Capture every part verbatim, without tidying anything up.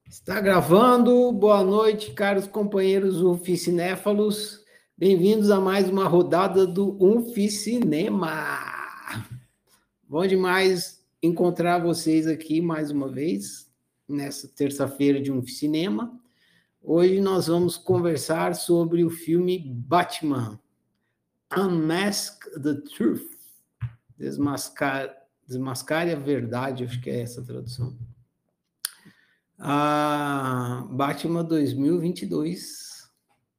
Está gravando. Boa noite, caros companheiros UFICinéfalos. Bem-vindos a mais uma rodada do UFICinema. Bom demais encontrar vocês aqui mais uma vez, nessa terça-feira de UFICinema. Hoje nós vamos conversar sobre o filme Batman, Unmask the Truth. Desmascar, Desmascare a verdade, acho que é essa a tradução. A Batman dois mil e vinte e dois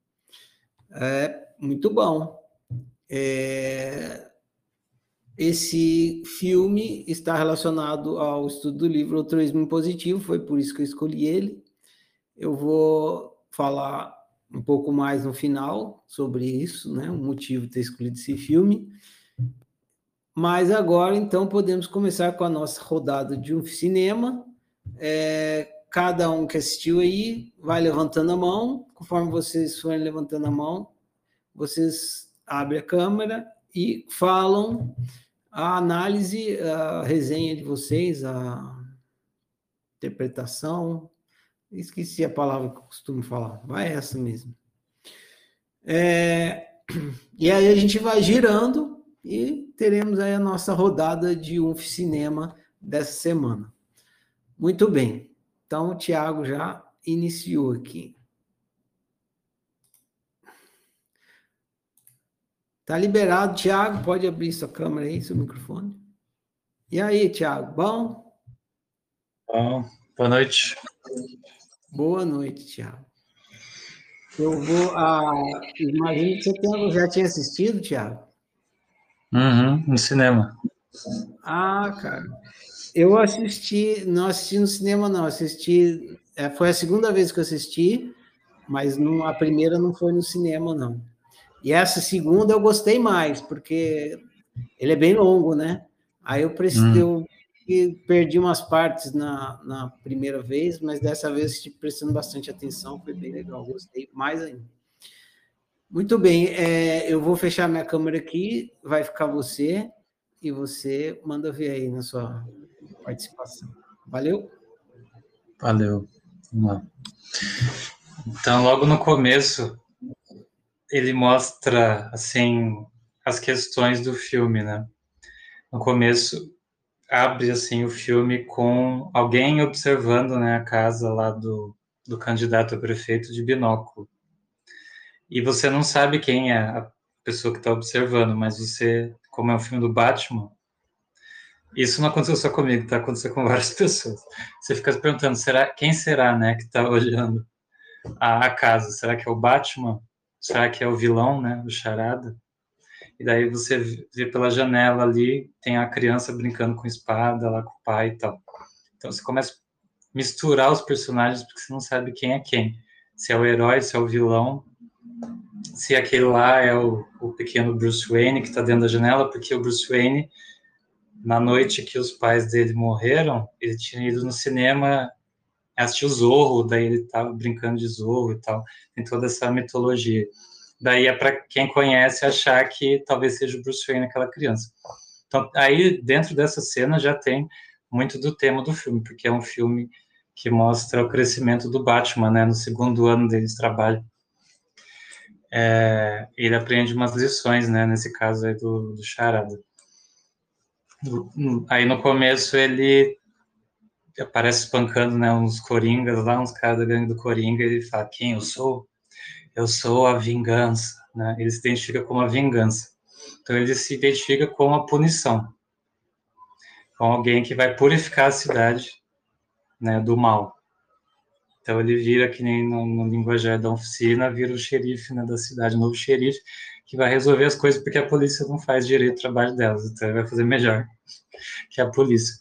é muito bom. É, esse filme está relacionado ao estudo do livro Altruísmo Positivo, foi por isso que eu escolhi ele. Eu vou falar um pouco mais no final sobre isso, né? O motivo de ter escolhido esse filme. Mas agora, então, podemos começar com a nossa rodada de um cinema. É, cada um que assistiu aí vai levantando a mão. Conforme vocês forem levantando a mão, vocês abrem a câmera e falam a análise, a resenha de vocês, a interpretação. Esqueci a palavra que eu costumo falar. Vai essa mesmo. É, e aí a gente vai girando e teremos aí a nossa rodada de UFICinema dessa semana. Muito bem. Então, o Thiago já iniciou aqui. Tá liberado, Thiago? Pode abrir sua câmera aí, seu microfone. E aí, Thiago, bom? Bom, boa noite. Boa noite, Thiago. Eu vou... Ah, imagino que você tenha, já tinha assistido, Thiago? Uhum, no cinema. Ah, cara. Eu assisti, não assisti no cinema, não. Assisti... É, foi a segunda vez que eu assisti, mas não, a primeira não foi no cinema, não. E essa segunda eu gostei mais, porque ele é bem longo, né? Aí eu, Hum. eu perdi umas partes na, na primeira vez, mas dessa vez estive prestando bastante atenção, foi bem legal, gostei mais ainda. Muito bem, é, eu vou fechar minha câmera aqui, vai ficar você, e você manda ver aí na sua participação. Valeu? Valeu. Vamos lá. Então, logo no começo, ele mostra, assim, as questões do filme, né? No começo, abre, assim, o filme com alguém observando, né, a casa lá do, do candidato a prefeito de binóculo. E você não sabe quem é a pessoa que está observando, mas você, como é um filme do Batman, isso não aconteceu só comigo, tá acontecendo com várias pessoas. Você fica se perguntando, será, quem será, né, que está olhando a, a casa? Será que é o Batman? Será que é o vilão, né, o Charada? E daí você vê pela janela ali, tem a criança brincando com espada lá com o pai e tal. Então você começa a misturar os personagens porque você não sabe quem é quem. Se é o herói, se é o vilão, se aquele lá é o, o pequeno Bruce Wayne que está dentro da janela, porque o Bruce Wayne, na noite que os pais dele morreram, ele tinha ido no cinema assistir o Zorro, daí ele estava brincando de Zorro e tal, tem toda essa mitologia. Daí é para quem conhece achar que talvez seja o Bruce Wayne aquela criança. Então, aí dentro dessa cena já tem muito do tema do filme, porque é um filme que mostra o crescimento do Batman, né, no segundo ano dele de trabalho. É, ele aprende umas lições, né, nesse caso aí do, do Charada. Aí no começo ele aparece espancando, né, uns coringas lá, uns caras da gangue do Coringa, e ele fala, quem eu sou? Eu sou a vingança, né? Ele se identifica como a vingança. Então ele se identifica com a punição, com alguém que vai purificar a cidade, né, do mal. Então ele vira, que nem no, no linguajar da oficina, vira o xerife, né, da cidade, o novo xerife, que vai resolver as coisas porque a polícia não faz direito o trabalho delas, então ele vai fazer melhor que a polícia.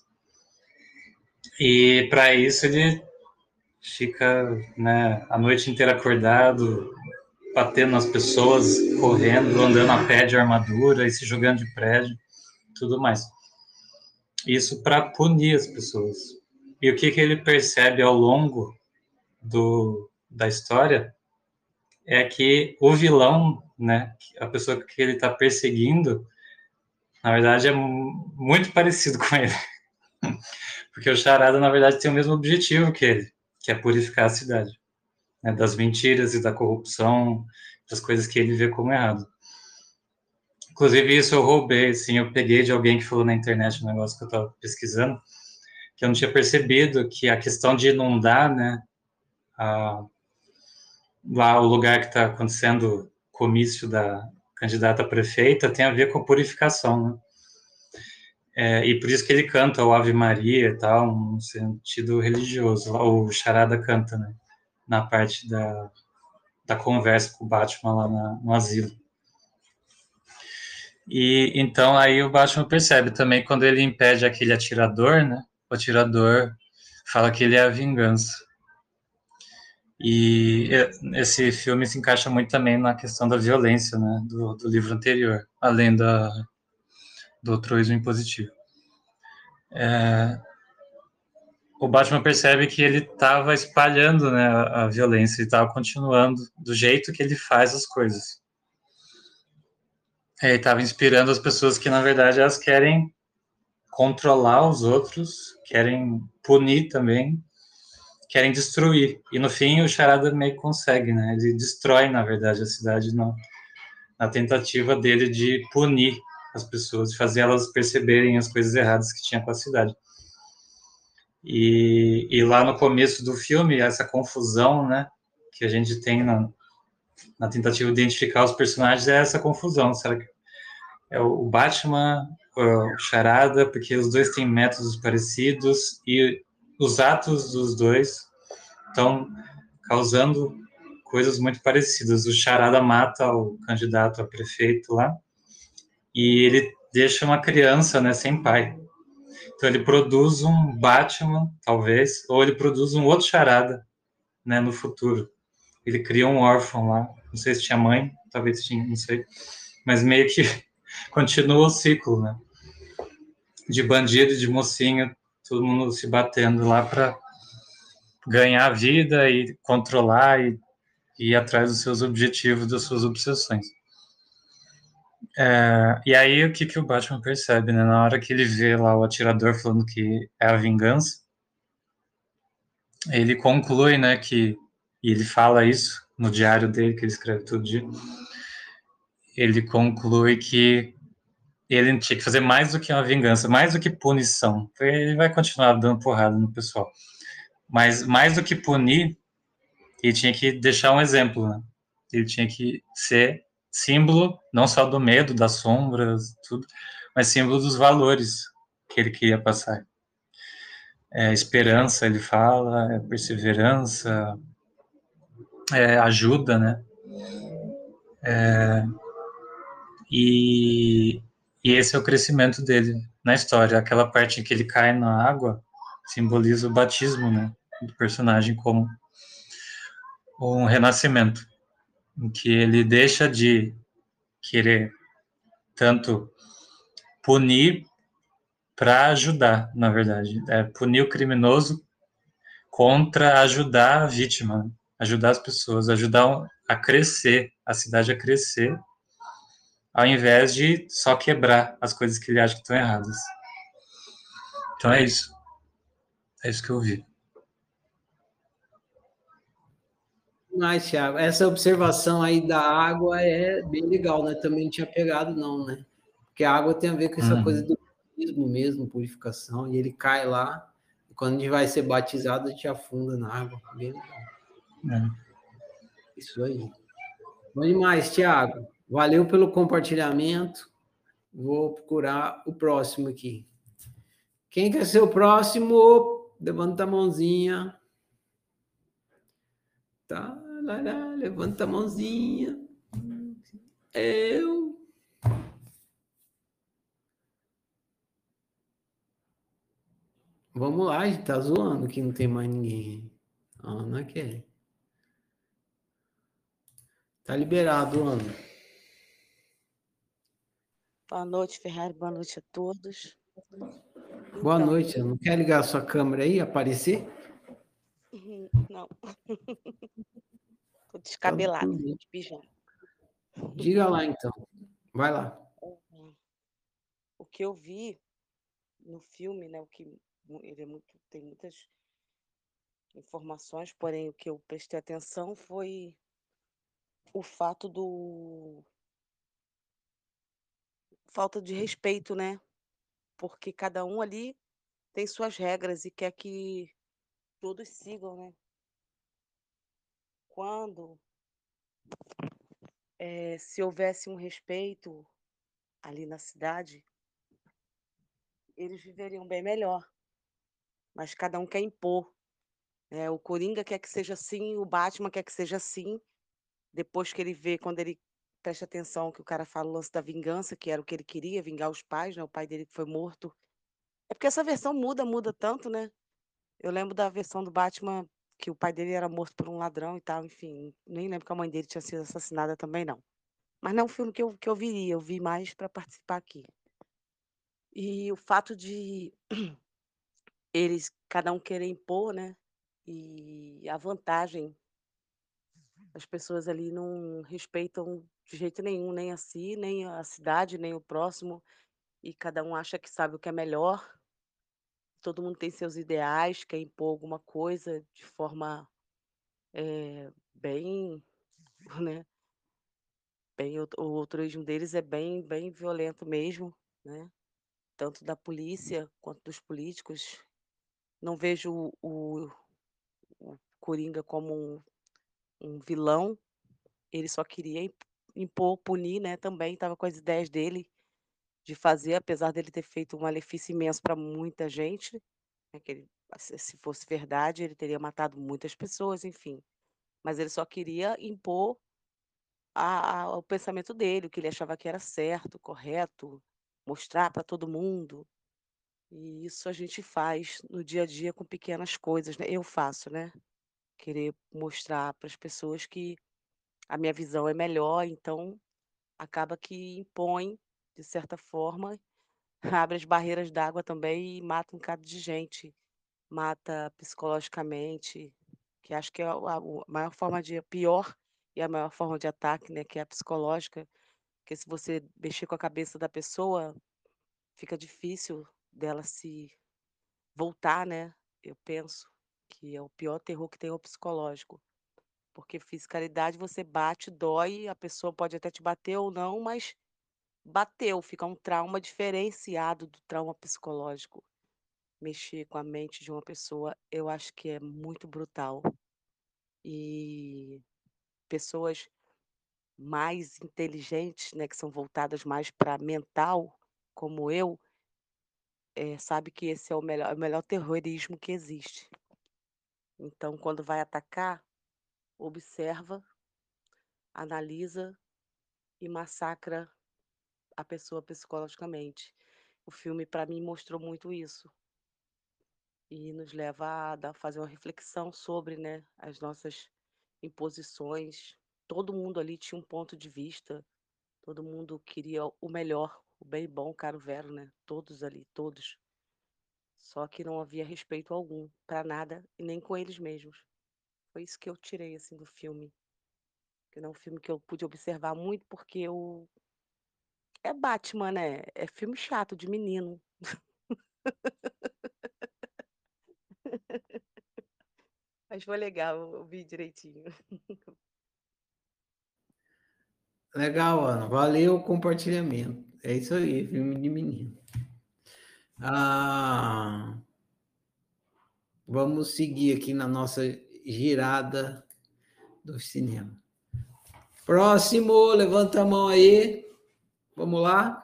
E para isso ele fica, né, a noite inteira acordado, batendo nas pessoas, correndo, andando a pé de armadura e se jogando de prédio, tudo mais. Isso para punir as pessoas. E o que, que ele percebe ao longo do, da história é que o vilão, né, a pessoa que ele está perseguindo, na verdade é muito parecido com ele. Porque o Charada, na verdade, tem o mesmo objetivo que ele, que é purificar a cidade, né, das mentiras e da corrupção, das coisas que ele vê como errado. Inclusive, isso eu roubei, assim, eu peguei de alguém que falou na internet um negócio que eu estava pesquisando, que eu não tinha percebido, que a questão de inundar, né, a, lá o lugar que está acontecendo o comício da candidata a prefeita tem a ver com a purificação, né? É, e por isso que ele canta o Ave Maria e tal, no sentido religioso. O Charada canta, né? Na parte da, da conversa com o Batman lá na, no asilo. E então aí o Batman percebe também quando ele impede aquele atirador, né? O atirador fala que ele é a vingança. E esse filme se encaixa muito também na questão da violência, né? Do, do livro anterior, além da, do altruísmo impositivo. É, o Batman percebe que ele estava espalhando, né, a, a violência, ele estava continuando do jeito que ele faz as coisas. Ele estava inspirando as pessoas que, na verdade, elas querem controlar os outros, querem punir também, querem destruir. E, no fim, o Charada meio que consegue, né? Ele destrói, na verdade, a cidade na, na tentativa dele de punir as pessoas, de fazer elas perceberem as coisas erradas que tinha com a cidade. E, e lá no começo do filme, essa confusão, né, que a gente tem na, na tentativa de identificar os personagens é essa confusão. Será que é o Batman, o Charada, porque os dois têm métodos parecidos e os atos dos dois estão causando coisas muito parecidas. O Charada mata o candidato a prefeito lá e ele deixa uma criança, né, sem pai. Então ele produz um Batman, talvez, ou ele produz um outro Charada, né, no futuro. Ele cria um órfão lá, não sei se tinha mãe, talvez tinha, não sei, mas meio que continua o ciclo, né, de bandido, de mocinho, todo mundo se batendo lá para ganhar a vida e controlar e, e ir atrás dos seus objetivos, das suas obsessões. É, e aí o que, que o Batman percebe, né? Na hora que ele vê lá o atirador falando que é a vingança, ele conclui, né, que, e ele fala isso no diário dele, que ele escreve todo dia, ele conclui que ele tinha que fazer mais do que uma vingança, mais do que punição. Ele vai continuar dando porrada no pessoal. Mas mais do que punir, ele tinha que deixar um exemplo, né? Ele tinha que ser símbolo não só do medo, das sombras, tudo, mas símbolo dos valores que ele queria passar. É, esperança, ele fala, é perseverança, é, ajuda, né? É, e, e esse é o crescimento dele na história. Aquela parte em que ele cai na água simboliza o batismo, né, do personagem como um renascimento, em que ele deixa de querer tanto punir para ajudar, na verdade. É punir o criminoso contra ajudar a vítima, ajudar as pessoas, ajudar a crescer, a cidade a crescer, ao invés de só quebrar as coisas que ele acha que estão erradas. Então é isso. É isso que eu vi. Mas, Thiago, essa observação aí da água é bem legal, né? Também não tinha pegado, não, né? Porque a água tem a ver com essa uhum. coisa do batismo mesmo, purificação, e ele cai lá, e quando a gente vai ser batizado, a gente afunda na água. Bem legal. É. Isso aí. Bom demais, Thiago. Valeu pelo compartilhamento. Vou procurar o próximo aqui. Quem quer ser o próximo? Levanta a mãozinha. Tá, lá, lá, levanta a mãozinha. Eu. Vamos lá, a gente tá zoando que não tem mais ninguém. Ah, não é que é. Tá liberado, Ana. Boa noite, Ferrari. Boa noite a todos. Boa então, noite. Não quer ligar a sua câmera aí, aparecer? Não. Tô descabelada, tá de pijama. Diga lá, então. Vai lá. O que eu vi no filme, né, o que ele é muito, tem muitas informações, porém o que eu prestei atenção foi o fato do falta de respeito, né, porque cada um ali tem suas regras e quer que todos sigam, né. Quando, eh, se houvesse um respeito ali na cidade, eles viveriam bem melhor, mas cada um quer impor, né, o Coringa quer que seja assim, o Batman quer que seja assim, depois que ele vê quando ele presta atenção que o cara fala o lance da vingança, que era o que ele queria, vingar os pais, né, o pai dele que foi morto. É porque essa versão muda, muda tanto, né. Eu lembro da versão do Batman que o pai dele era morto por um ladrão e tal, enfim, nem lembro que a mãe dele tinha sido assassinada também não. Mas não é um filme que eu que eu viria, eu vi mais para participar aqui. E o fato de eles cada um querer impor, né, e a vantagem, as pessoas ali não respeitam de jeito nenhum, nem a si, nem a cidade, nem o próximo, e cada um acha que sabe o que é melhor. Todo mundo tem seus ideais, quer impor alguma coisa de forma, eh, bem, né, bem o o altruísmo deles é bem bem violento mesmo, né, tanto da polícia quanto dos políticos. Não vejo o o Coringa como um um vilão, ele só queria im impor, punir, né, também estava com as ideias dele de fazer, apesar dele ter feito um malefício imenso para muita gente, né, que ele se se fosse verdade, ele teria matado muitas pessoas, enfim. Mas ele só queria impor a a o pensamento dele, o que ele achava que era certo, correto, mostrar para todo mundo. E isso a gente faz no dia a dia com pequenas coisas, né, eu faço, né. Querer mostrar para as pessoas que a minha visão é melhor, então acaba que impõe, de certa forma, abre as barreiras d'água também e mata um bocado de gente. Mata psicologicamente, que acho que é o a o a maior forma de a pior e a maior forma de ataque, né, que é a psicológica, porque se você mexer com a cabeça da pessoa, fica difícil dela se voltar, né, eu penso que é o pior terror que tem é o psicológico, porque fisicalidade você bate, dói, a pessoa pode até te bater ou não, mas bateu, fica um trauma diferenciado do trauma psicológico. Mexer com a mente de uma pessoa, eu acho que é muito brutal. E pessoas mais inteligentes, né, que são voltadas mais para mental, como eu, eh, sabe que esse é o melhor é o melhor terrorismo que existe. Então, quando vai atacar, observa, analisa e massacra a pessoa psicologicamente. O filme, para mim, mostrou muito isso. E nos leva a dar fazer uma reflexão sobre, né, as nossas imposições. Todo mundo ali tinha um ponto de vista, todo mundo queria o melhor, o bem bom, caro vero, né, todos ali, todos. Só que não havia respeito algum, para nada e nem com eles mesmos. Foi isso que eu tirei, assim, do filme, que não é um filme que eu pude observar muito, porque eu é Batman, né, é filme chato de menino. Mas foi legal, eu vi direitinho. Legal, Ana. Valeu o compartilhamento. É isso aí, filme de menino. Ah, vamos seguir aqui na nossa girada do cinema. Próximo, levanta a mão aí. Vamos lá.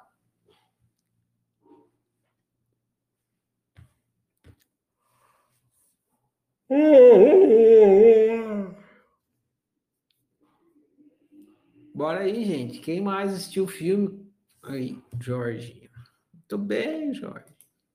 Bora aí, gente. Quem mais assistiu o filme? Aí, Jorge. Muito bem, Jorge.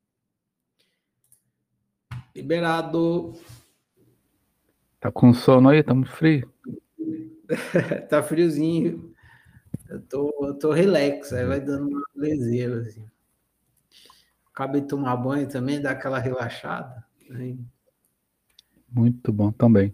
Liberado. Tá com sono aí? Tá muito frio? Tá friozinho. Eu tô, eu tô relax, aí vai dando uma leseira, assim. Acabei de tomar banho também, dá aquela relaxada. Né? Muito bom também.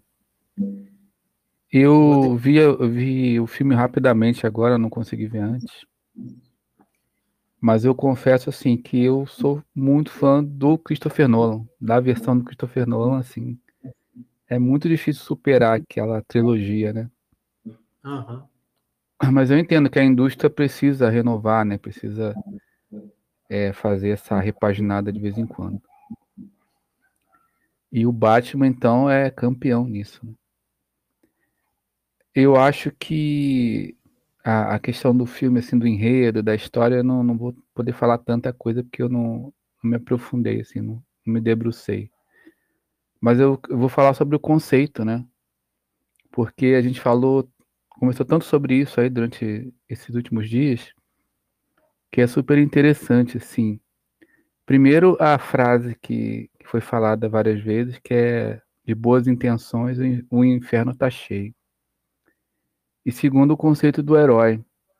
Eu vi, eu vi o filme rapidamente agora, não consegui ver antes. Mas eu confesso assim que eu sou muito fã do Christopher Nolan, da versão do Christopher Nolan, assim. é muito difícil superar aquela trilogia, né? Aham. Mas eu entendo que a indústria precisa renovar, né? Precisa é, fazer essa repaginada de vez em quando. E o Batman, então, é campeão nisso, né? Eu acho que a, a questão do filme, assim, do enredo, da história, eu não, não vou poder falar tanta coisa porque eu não, não me aprofundei, assim, não, não me debrucei. Mas eu, eu vou falar sobre o conceito, né? Porque a gente falou, conversou tanto sobre isso aí durante esses últimos dias, que é super interessante, assim. Primeiro, a frase que, que foi falada várias vezes, que é de boas intenções, o in- o inferno está cheio. E segundo, o conceito do herói.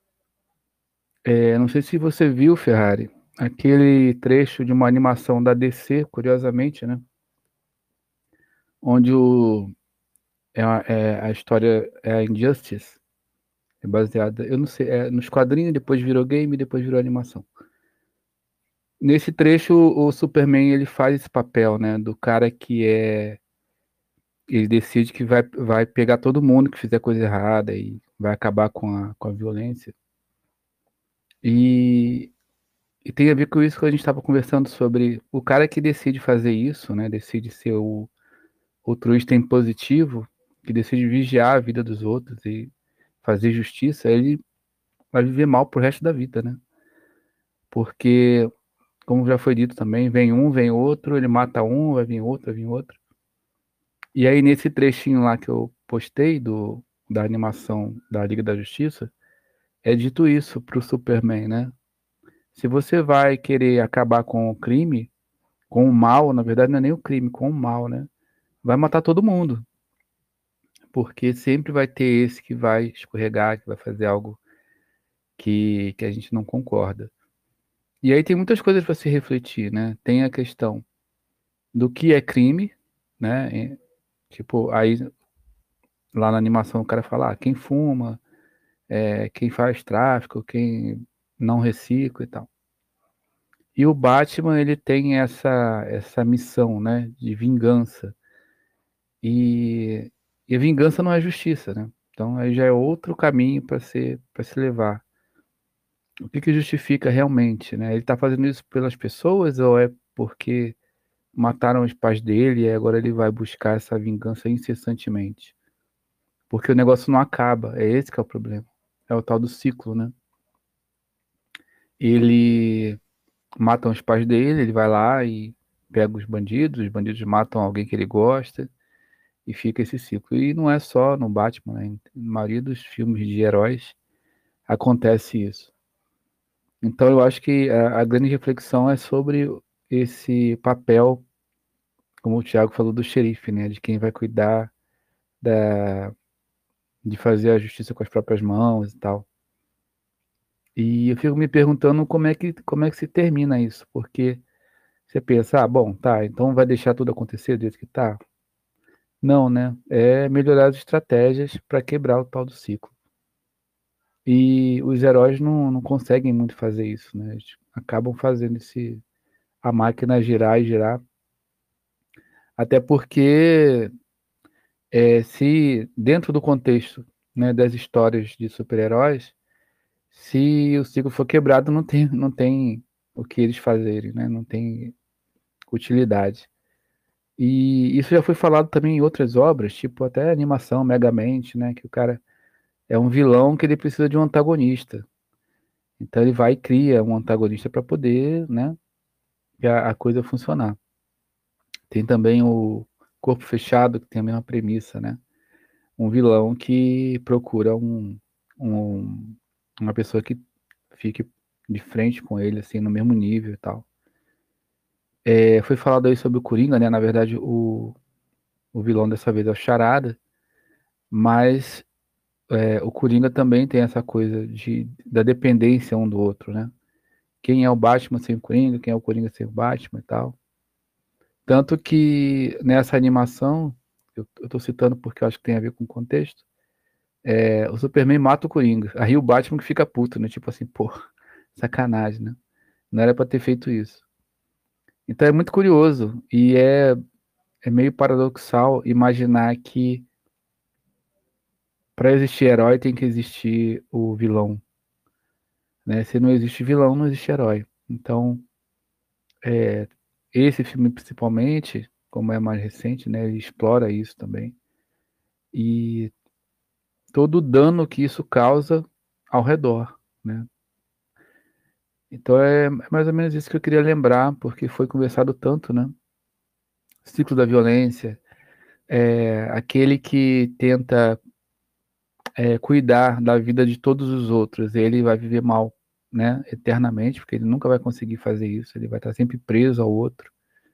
É, não sei se você viu, Ferrari, aquele trecho de uma animação da D C, curiosamente, né? Onde o, é, a- é, a história é a Injustice, é baseada, eu não sei, é nos quadrinhos, depois virou game, depois virou animação. Nesse trecho, o Superman ele faz esse papel, né? Do cara que é ele decide que vai, vai pegar todo mundo que fizer coisa errada e vai acabar com a, com a violência. E, e tem a ver com isso que a gente estava conversando sobre o cara que decide fazer isso, né? Decide ser o altruísta impositivo, que decide vigiar a vida dos outros e fazer justiça, ele vai viver mal pro resto da vida, né? Porque, como já foi dito também, vem um, vem outro, ele mata um, vai vir outro, vai vir outro. E aí, nesse trechinho lá que eu postei do, da animação da Liga da Justiça, é dito isso pro Superman, né? Se você vai querer acabar com o crime, com o mal, na verdade não é nem o crime, com o mal, né? Vai matar todo mundo. Porque sempre vai ter esse que vai escorregar, que vai fazer algo que, que a gente não concorda. E aí tem muitas coisas para se refletir, né? Tem a questão do que é crime, né? E, tipo, aí lá na animação o cara fala, ah, quem fuma, é, quem faz tráfico, quem não recicla e tal. E o Batman, ele tem essa, essa missão, né, de vingança. E, e a vingança não é justiça, né? Então aí já é outro caminho para ser, para se levar. O que que justifica realmente, né? Ele está fazendo isso pelas pessoas ou é porque mataram os pais dele e agora ele vai buscar essa vingança incessantemente? Porque o negócio não acaba, é esse que é o problema. É o tal do ciclo, né? Ele matam os pais dele, ele vai lá e pega os bandidos, os bandidos matam alguém que ele gosta e fica esse ciclo. E não é só no Batman, né? Na maioria dos filmes de heróis acontece isso. Então eu acho que a, a grande reflexão é sobre esse papel, como o Thiago falou, do xerife, né? De quem vai cuidar da, de fazer a justiça com as próprias mãos e tal. E eu fico me perguntando como é que, como é que se termina isso, porque você pensa, ah, bom, tá, então vai deixar tudo acontecer do jeito que tá? Não, né? É melhorar as estratégias para quebrar o tal do ciclo. E os heróis não, não conseguem muito fazer isso, né? Eles acabam fazendo esse, a máquina girar e girar. Até porque, é, se dentro do contexto, né, das histórias de super-heróis, se o ciclo for quebrado, não tem, não tem o que eles fazerem, né? Não tem utilidade. E isso já foi falado também em outras obras, tipo até animação, Megamente, né? Que o cara é um vilão que ele precisa de um antagonista. Então ele vai e cria um antagonista para poder, né, a, a coisa funcionar. Tem também o Corpo Fechado, que tem a mesma premissa, né? Um vilão que procura um, um, uma pessoa que fique de frente com ele, assim, no mesmo nível e tal. É, foi falado aí sobre o Coringa, né? Na verdade, o, o vilão dessa vez é o Charada, mas é, o Coringa também tem essa coisa de, da dependência um do outro, né? Quem é o Batman sem o Coringa, quem é o Coringa sem o Batman e tal. Tanto que nessa animação, eu, eu tô citando porque eu acho que tem a ver com o contexto, é, o Superman mata o Coringa. Aí o Batman que fica puto, né? Tipo assim, pô, sacanagem, né? Não era pra ter feito isso. Então é muito curioso e é, é meio paradoxal imaginar que para existir herói tem que existir o vilão, né? Se não existe vilão, não existe herói. Então, é, esse filme principalmente, como é mais recente, né, ele explora isso também. E todo o dano que isso causa ao redor, né? Então é mais ou menos isso que eu queria lembrar, porque foi conversado tanto, né? Ciclo da violência, é aquele que tenta é, cuidar da vida de todos os outros, ele vai viver mal, né? Eternamente, porque ele nunca vai conseguir fazer isso, ele vai estar sempre preso ao outro.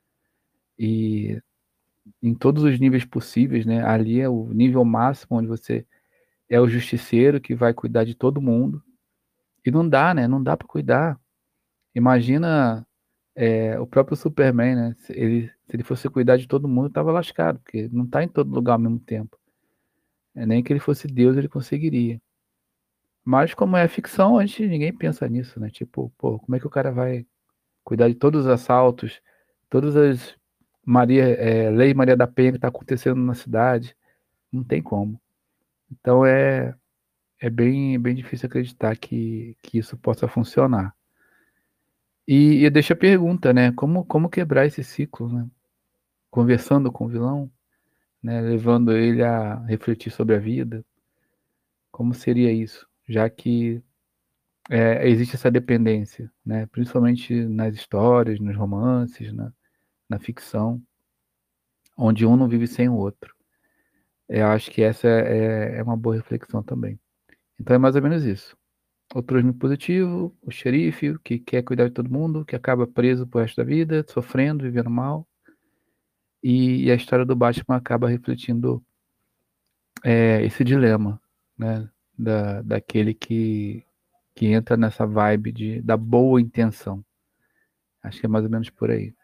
E em todos os níveis possíveis, né? Ali é o nível máximo onde você é o justiceiro que vai cuidar de todo mundo. E não dá, né? Não dá para cuidar. Imagina é, o próprio Superman, né? Se ele, se ele fosse cuidar de todo mundo, estava lascado, porque não está em todo lugar ao mesmo tempo. É, nem que ele fosse Deus, ele conseguiria. Mas como é ficção, a gente ninguém pensa nisso, né? Tipo, pô, como é que o cara vai cuidar de todos os assaltos, todas as Maria, é, Lei Maria da Penha que está acontecendo na cidade? Não tem como. Então é, é bem, bem difícil acreditar que, que isso possa funcionar. E, e deixa a pergunta, né? Como, como quebrar esse ciclo, né? Conversando com o vilão, né? Levando ele a refletir sobre a vida. Como seria isso? Já que é, existe essa dependência, né? Principalmente nas histórias, nos romances, né? Na ficção, onde um não vive sem o outro. Eu acho que essa é, é uma boa reflexão também. Então é mais ou menos isso. Altruísmo positivo, o xerife que quer cuidar de todo mundo, que acaba preso pro resto da vida, sofrendo, vivendo mal. E, e a história do Batman acaba refletindo é, esse dilema, né? Da, daquele que, que entra nessa vibe de, da boa intenção. Acho que é mais ou menos por aí.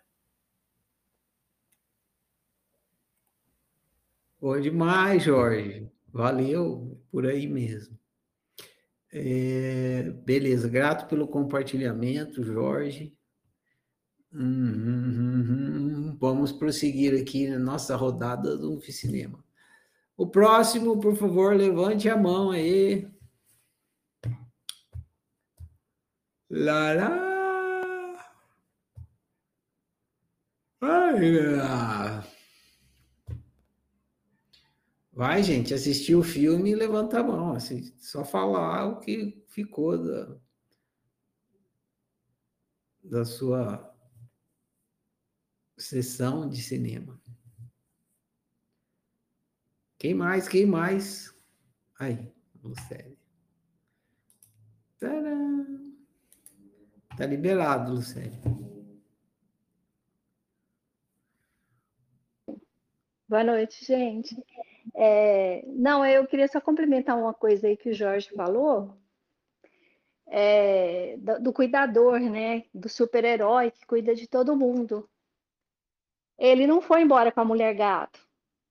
Bom demais, Jorge. Valeu, por aí mesmo. É, beleza, grato pelo compartilhamento, Jorge. Uhum, uhum. Vamos prosseguir aqui na nossa rodada do cinema. O próximo, por favor, levante a mão aí. Lá, lá. Ai, ah. Vai, gente, assistir o filme e levanta a mão. Assim, só falar o que ficou da, da sua sessão de cinema. Quem mais? Quem mais? Aí, Lucélia. Tcharam. Tá liberado, Lucélia. Boa noite, gente. É, não, eu queria só complementar uma coisa aí que o Jorge falou, é, do, do cuidador, né? Do super-herói que cuida de todo mundo. Ele não foi embora com a mulher gato.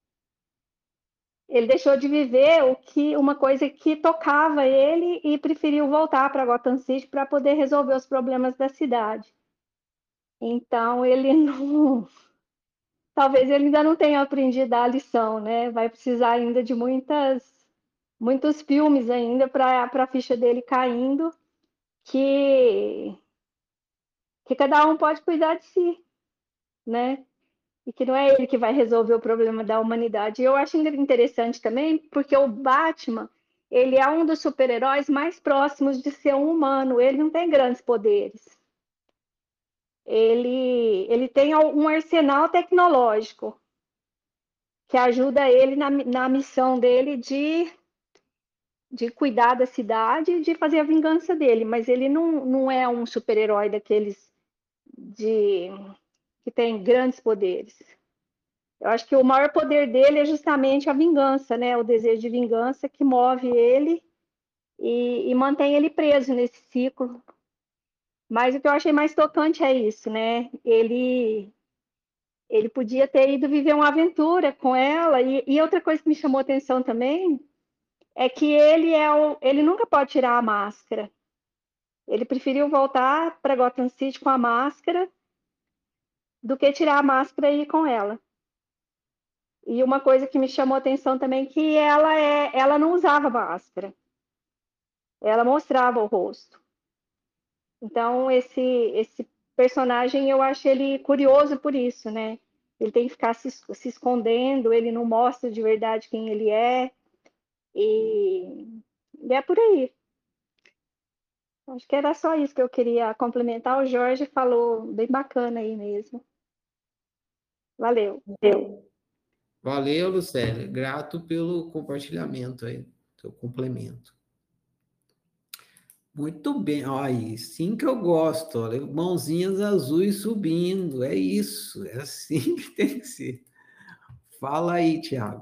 Ele deixou de viver o que uma coisa que tocava ele e preferiu voltar para Gotham City para poder resolver os problemas da cidade. Então ele não, talvez ele ainda não tenha aprendido a lição, né? Vai precisar ainda de muitas muitos filmes ainda para a ficha dele caindo, que que cada um pode cuidar de si, né? E que não é ele que vai resolver o problema da humanidade. E eu acho interessante também, porque o Batman, ele é um dos super-heróis mais próximos de ser um humano. Ele não tem grandes poderes. Ele, ele tem um arsenal tecnológico que ajuda ele na, na missão dele de, de cuidar da cidade e de fazer a vingança dele. Mas ele não, não é um super-herói daqueles de, que tem grandes poderes. Eu acho que o maior poder dele é justamente a vingança, né? O desejo de vingança que move ele e, e mantém ele preso nesse ciclo. Mas o que eu achei mais tocante é isso, né? Ele, ele podia ter ido viver uma aventura com ela. E, e outra coisa que me chamou a atenção também é que ele, é o, ele nunca pode tirar a máscara. Ele preferiu voltar para Gotham City com a máscara do que tirar a máscara e ir com ela. E uma coisa que me chamou a atenção também que ela é, ela não usava máscara. Ela mostrava o rosto. Então esse esse personagem eu acho ele curioso por isso, né? Ele tem que ficar se, se escondendo, ele não mostra de verdade quem ele é. E, e é por aí. Acho que era só isso que eu queria complementar. O Jorge falou bem bacana aí mesmo. Valeu. Valeu, Lucélia. Grato pelo compartilhamento aí, seu complemento. Muito bem, olha aí, sim que eu gosto, olha, mãozinhas azuis subindo, é isso, é assim que tem que ser. Fala aí, Thiago.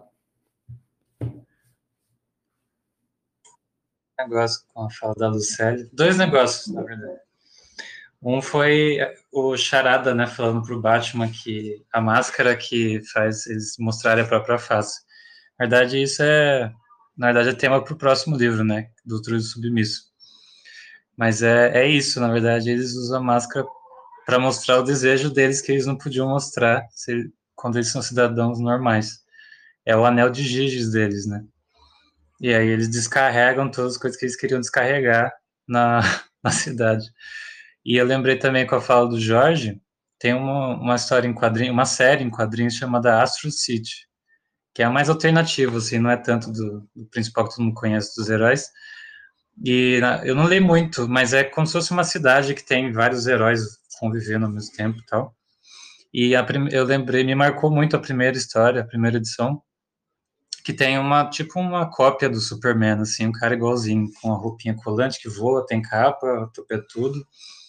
Negócio com a fala da Lucélia. Dois negócios, na verdade. Um foi o Charada, né, falando pro Batman que a máscara que faz eles mostrarem a própria face. Na verdade, isso é, na verdade, é tema pro próximo livro, né, do True Submisso. Mas é, é isso, na verdade, eles usam a máscara para mostrar o desejo deles que eles não podiam mostrar se, quando eles são cidadãos normais. É o anel de Giges deles, né? E aí eles descarregam todas as coisas que eles queriam descarregar na, na cidade. E eu lembrei também com a fala do Jorge, tem uma, uma história em quadrinhos, uma série em quadrinhos chamada Astro City, que é a mais alternativa, assim, não é tanto do, do principal que todo mundo conhece dos heróis. E eu não leio muito, mas é como se fosse uma cidade que tem vários heróis convivendo ao mesmo tempo e tal. E a prim... eu lembrei, me marcou muito a primeira história, a primeira edição, que tem uma, tipo uma cópia do Superman, assim, um cara igualzinho, com a roupinha colante que voa, tem capa, tudo,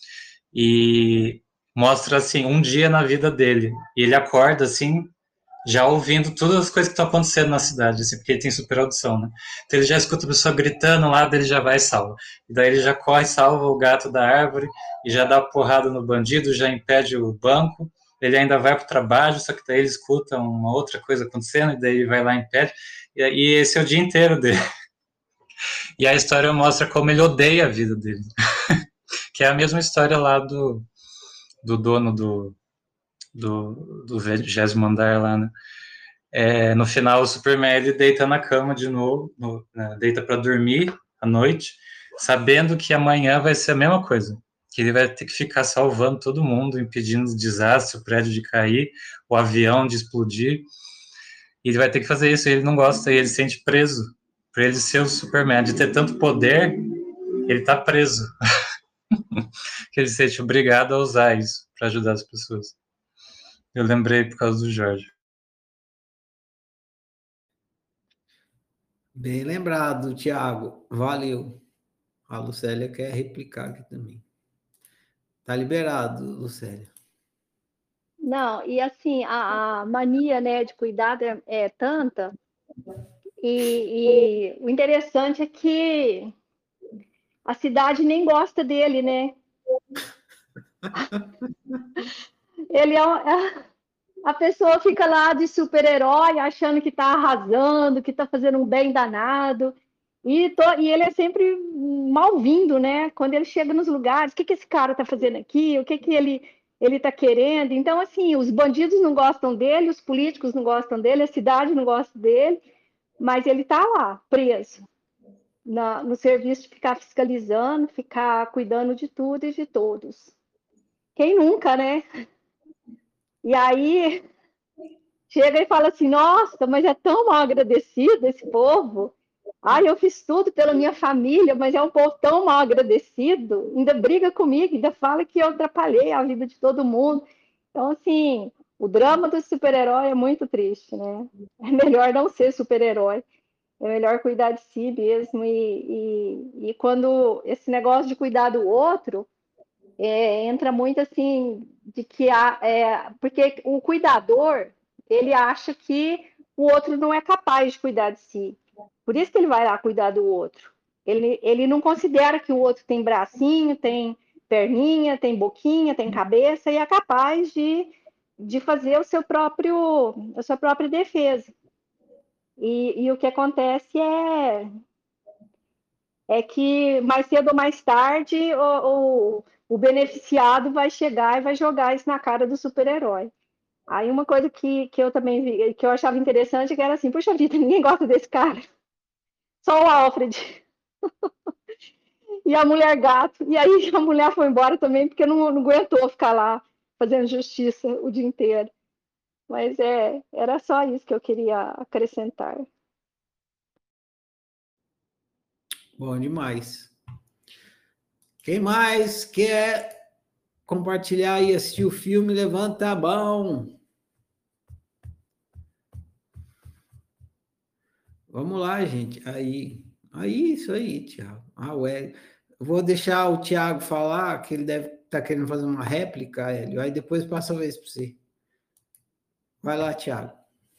e mostra, assim, um dia na vida dele. E ele acorda, assim, já ouvindo todas as coisas que estão acontecendo na cidade, assim, porque ele tem super audição, né? Então ele já escuta a pessoa gritando lá, daí ele já vai e salva. E daí ele já corre, salva o gato da árvore, e já dá porrada no bandido, já impede o banco, ele ainda vai pro trabalho, só que daí ele escuta uma outra coisa acontecendo, e daí ele vai lá e impede, e, e esse é o dia inteiro dele. E a história mostra como ele odeia a vida dele. Que é a mesma história lá do, do dono do, do, do vigésimo andar lá, né? É, no final, o Superman ele deita na cama de novo, no, né, deita para dormir à noite, sabendo que amanhã vai ser a mesma coisa, que ele vai ter que ficar salvando todo mundo, impedindo o desastre, o prédio de cair, o avião de explodir. E ele vai ter que fazer isso, e ele não gosta, e ele se sente preso. Para ele ser o Superman, de ter tanto poder, ele está preso. Que ele se sente obrigado a usar isso para ajudar as pessoas. Eu lembrei por causa do Jorge. Bem lembrado, Thiago. Valeu. A Lucélia quer replicar aqui também. Tá liberado, Lucélia. Não, e assim, a, a mania, né, de cuidado é, é tanta, e, e o interessante é que a cidade nem gosta dele, né? Ele é, é a pessoa fica lá de super-herói, achando que está arrasando, que está fazendo um bem danado, e, to, e ele é sempre mal-vindo, né? Quando ele chega nos lugares, o que, que esse cara está fazendo aqui? O que, que ele ele está querendo? Então, assim, os bandidos não gostam dele, os políticos não gostam dele, a cidade não gosta dele, mas ele está lá, preso, na, no serviço de ficar fiscalizando, ficar cuidando de tudo e de todos. Quem nunca, né? E aí chega e fala assim, nossa, mas é tão mal agradecido esse povo. Ai, eu fiz tudo pela minha família, mas é um povo tão mal agradecido. Ainda briga comigo, ainda fala que eu atrapalhei a vida de todo mundo. Então, assim, o drama do super-herói é muito triste, né? É melhor não ser super-herói. É melhor cuidar de si mesmo. E, e, e quando esse negócio de cuidar do outro, é, entra muito assim, de que há, é, porque o cuidador, ele acha que o outro não é capaz de cuidar de si. Por isso que ele vai lá cuidar do outro. Ele, ele não considera que o outro tem bracinho, tem perninha, tem boquinha, tem cabeça e é capaz de, de fazer o seu próprio, a sua própria defesa. E, e o que acontece é, é que mais cedo ou mais tarde o, o, o beneficiado vai chegar e vai jogar isso na cara do super-herói. Aí uma coisa que, que eu também vi, que eu achava interessante, que era assim, puxa vida, ninguém gosta desse cara. Só o Alfred. E a mulher gato. E aí a mulher foi embora também, porque não, não aguentou ficar lá fazendo justiça o dia inteiro. Mas é, era só isso que eu queria acrescentar. Bom demais. Quem mais quer compartilhar e assistir o filme? Levanta a mão. Vamos lá, gente. Aí, aí, isso aí, Tiago. Ah, o Hélio. Eu vou deixar o Tiago falar, que ele deve estar querendo fazer uma réplica, Hélio. Aí depois passa a vez para você. Vai lá, Tiago.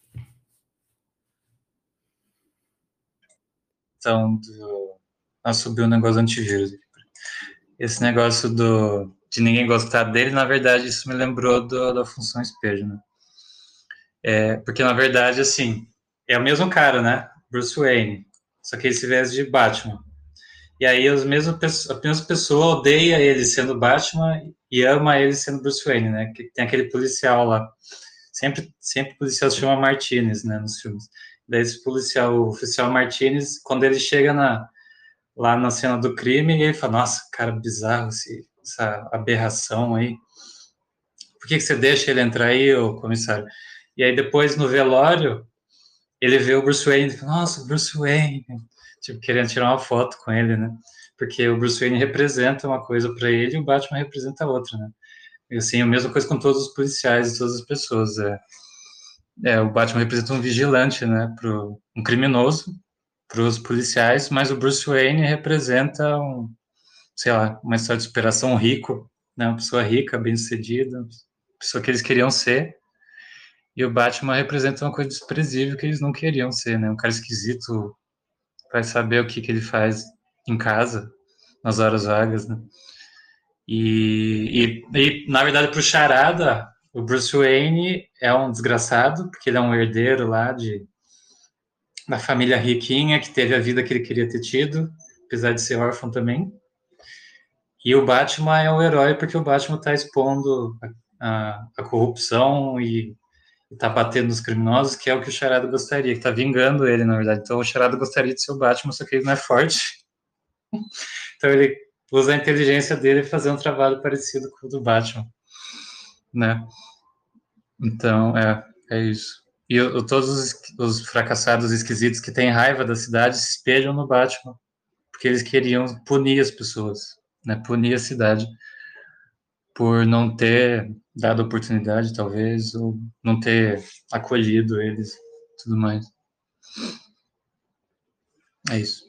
Então, do... ah, subiu um negócio do antivírus. Esse negócio do... de ninguém gostar dele, na verdade, isso me lembrou do, da função espelho, né? É, porque, na verdade, assim, é o mesmo cara, né? Bruce Wayne. Só que ele se veste de Batman. E aí as mesmas, a mesma pessoa odeia ele sendo Batman e ama ele sendo Bruce Wayne, né? Que tem aquele policial lá. Sempre, sempre o policial se chama Martinez, né? Nos filmes. Daí esse policial, o oficial Martinez, quando ele chega na, lá na cena do crime, ele fala, nossa, cara bizarro, esse, essa aberração aí. Por que, que você deixa ele entrar aí, ô comissário? E aí depois, no velório, ele vê o Bruce Wayne e fala, nossa, Bruce Wayne, tipo, querendo tirar uma foto com ele, né? Porque o Bruce Wayne representa uma coisa para ele e o Batman representa outra, né? E assim, a mesma coisa com todos os policiais e todas as pessoas. É, é o Batman representa um vigilante, né? Pro, um criminoso para os policiais, mas o Bruce Wayne representa um, sei lá, uma história de superação, um rico, né? Uma pessoa rica, bem-sucedida, pessoa que eles queriam ser. E o Batman representa uma coisa desprezível que eles não queriam ser, né? Um cara esquisito, vai saber o que, que ele faz em casa, nas horas vagas, né? E, e, e na verdade, para o Charada, o Bruce Wayne é um desgraçado, porque ele é um herdeiro lá de da família riquinha, que teve a vida que ele queria ter tido, apesar de ser órfão também. E o Batman é o herói, porque o Batman está expondo a, a, a corrupção e está batendo nos criminosos, que é o que o Charada gostaria, que está vingando ele, na verdade. Então o Charada gostaria de ser o Batman, só que ele não é forte. Então ele usa a inteligência dele para fazer um trabalho parecido com o do Batman, né? Então, é, é isso. E eu, todos os, os fracassados esquisitos que têm raiva da cidade se espelham no Batman, porque eles queriam punir as pessoas, né? Punir a cidade por não ter dado oportunidade, talvez, ou não ter acolhido eles, tudo mais. É isso.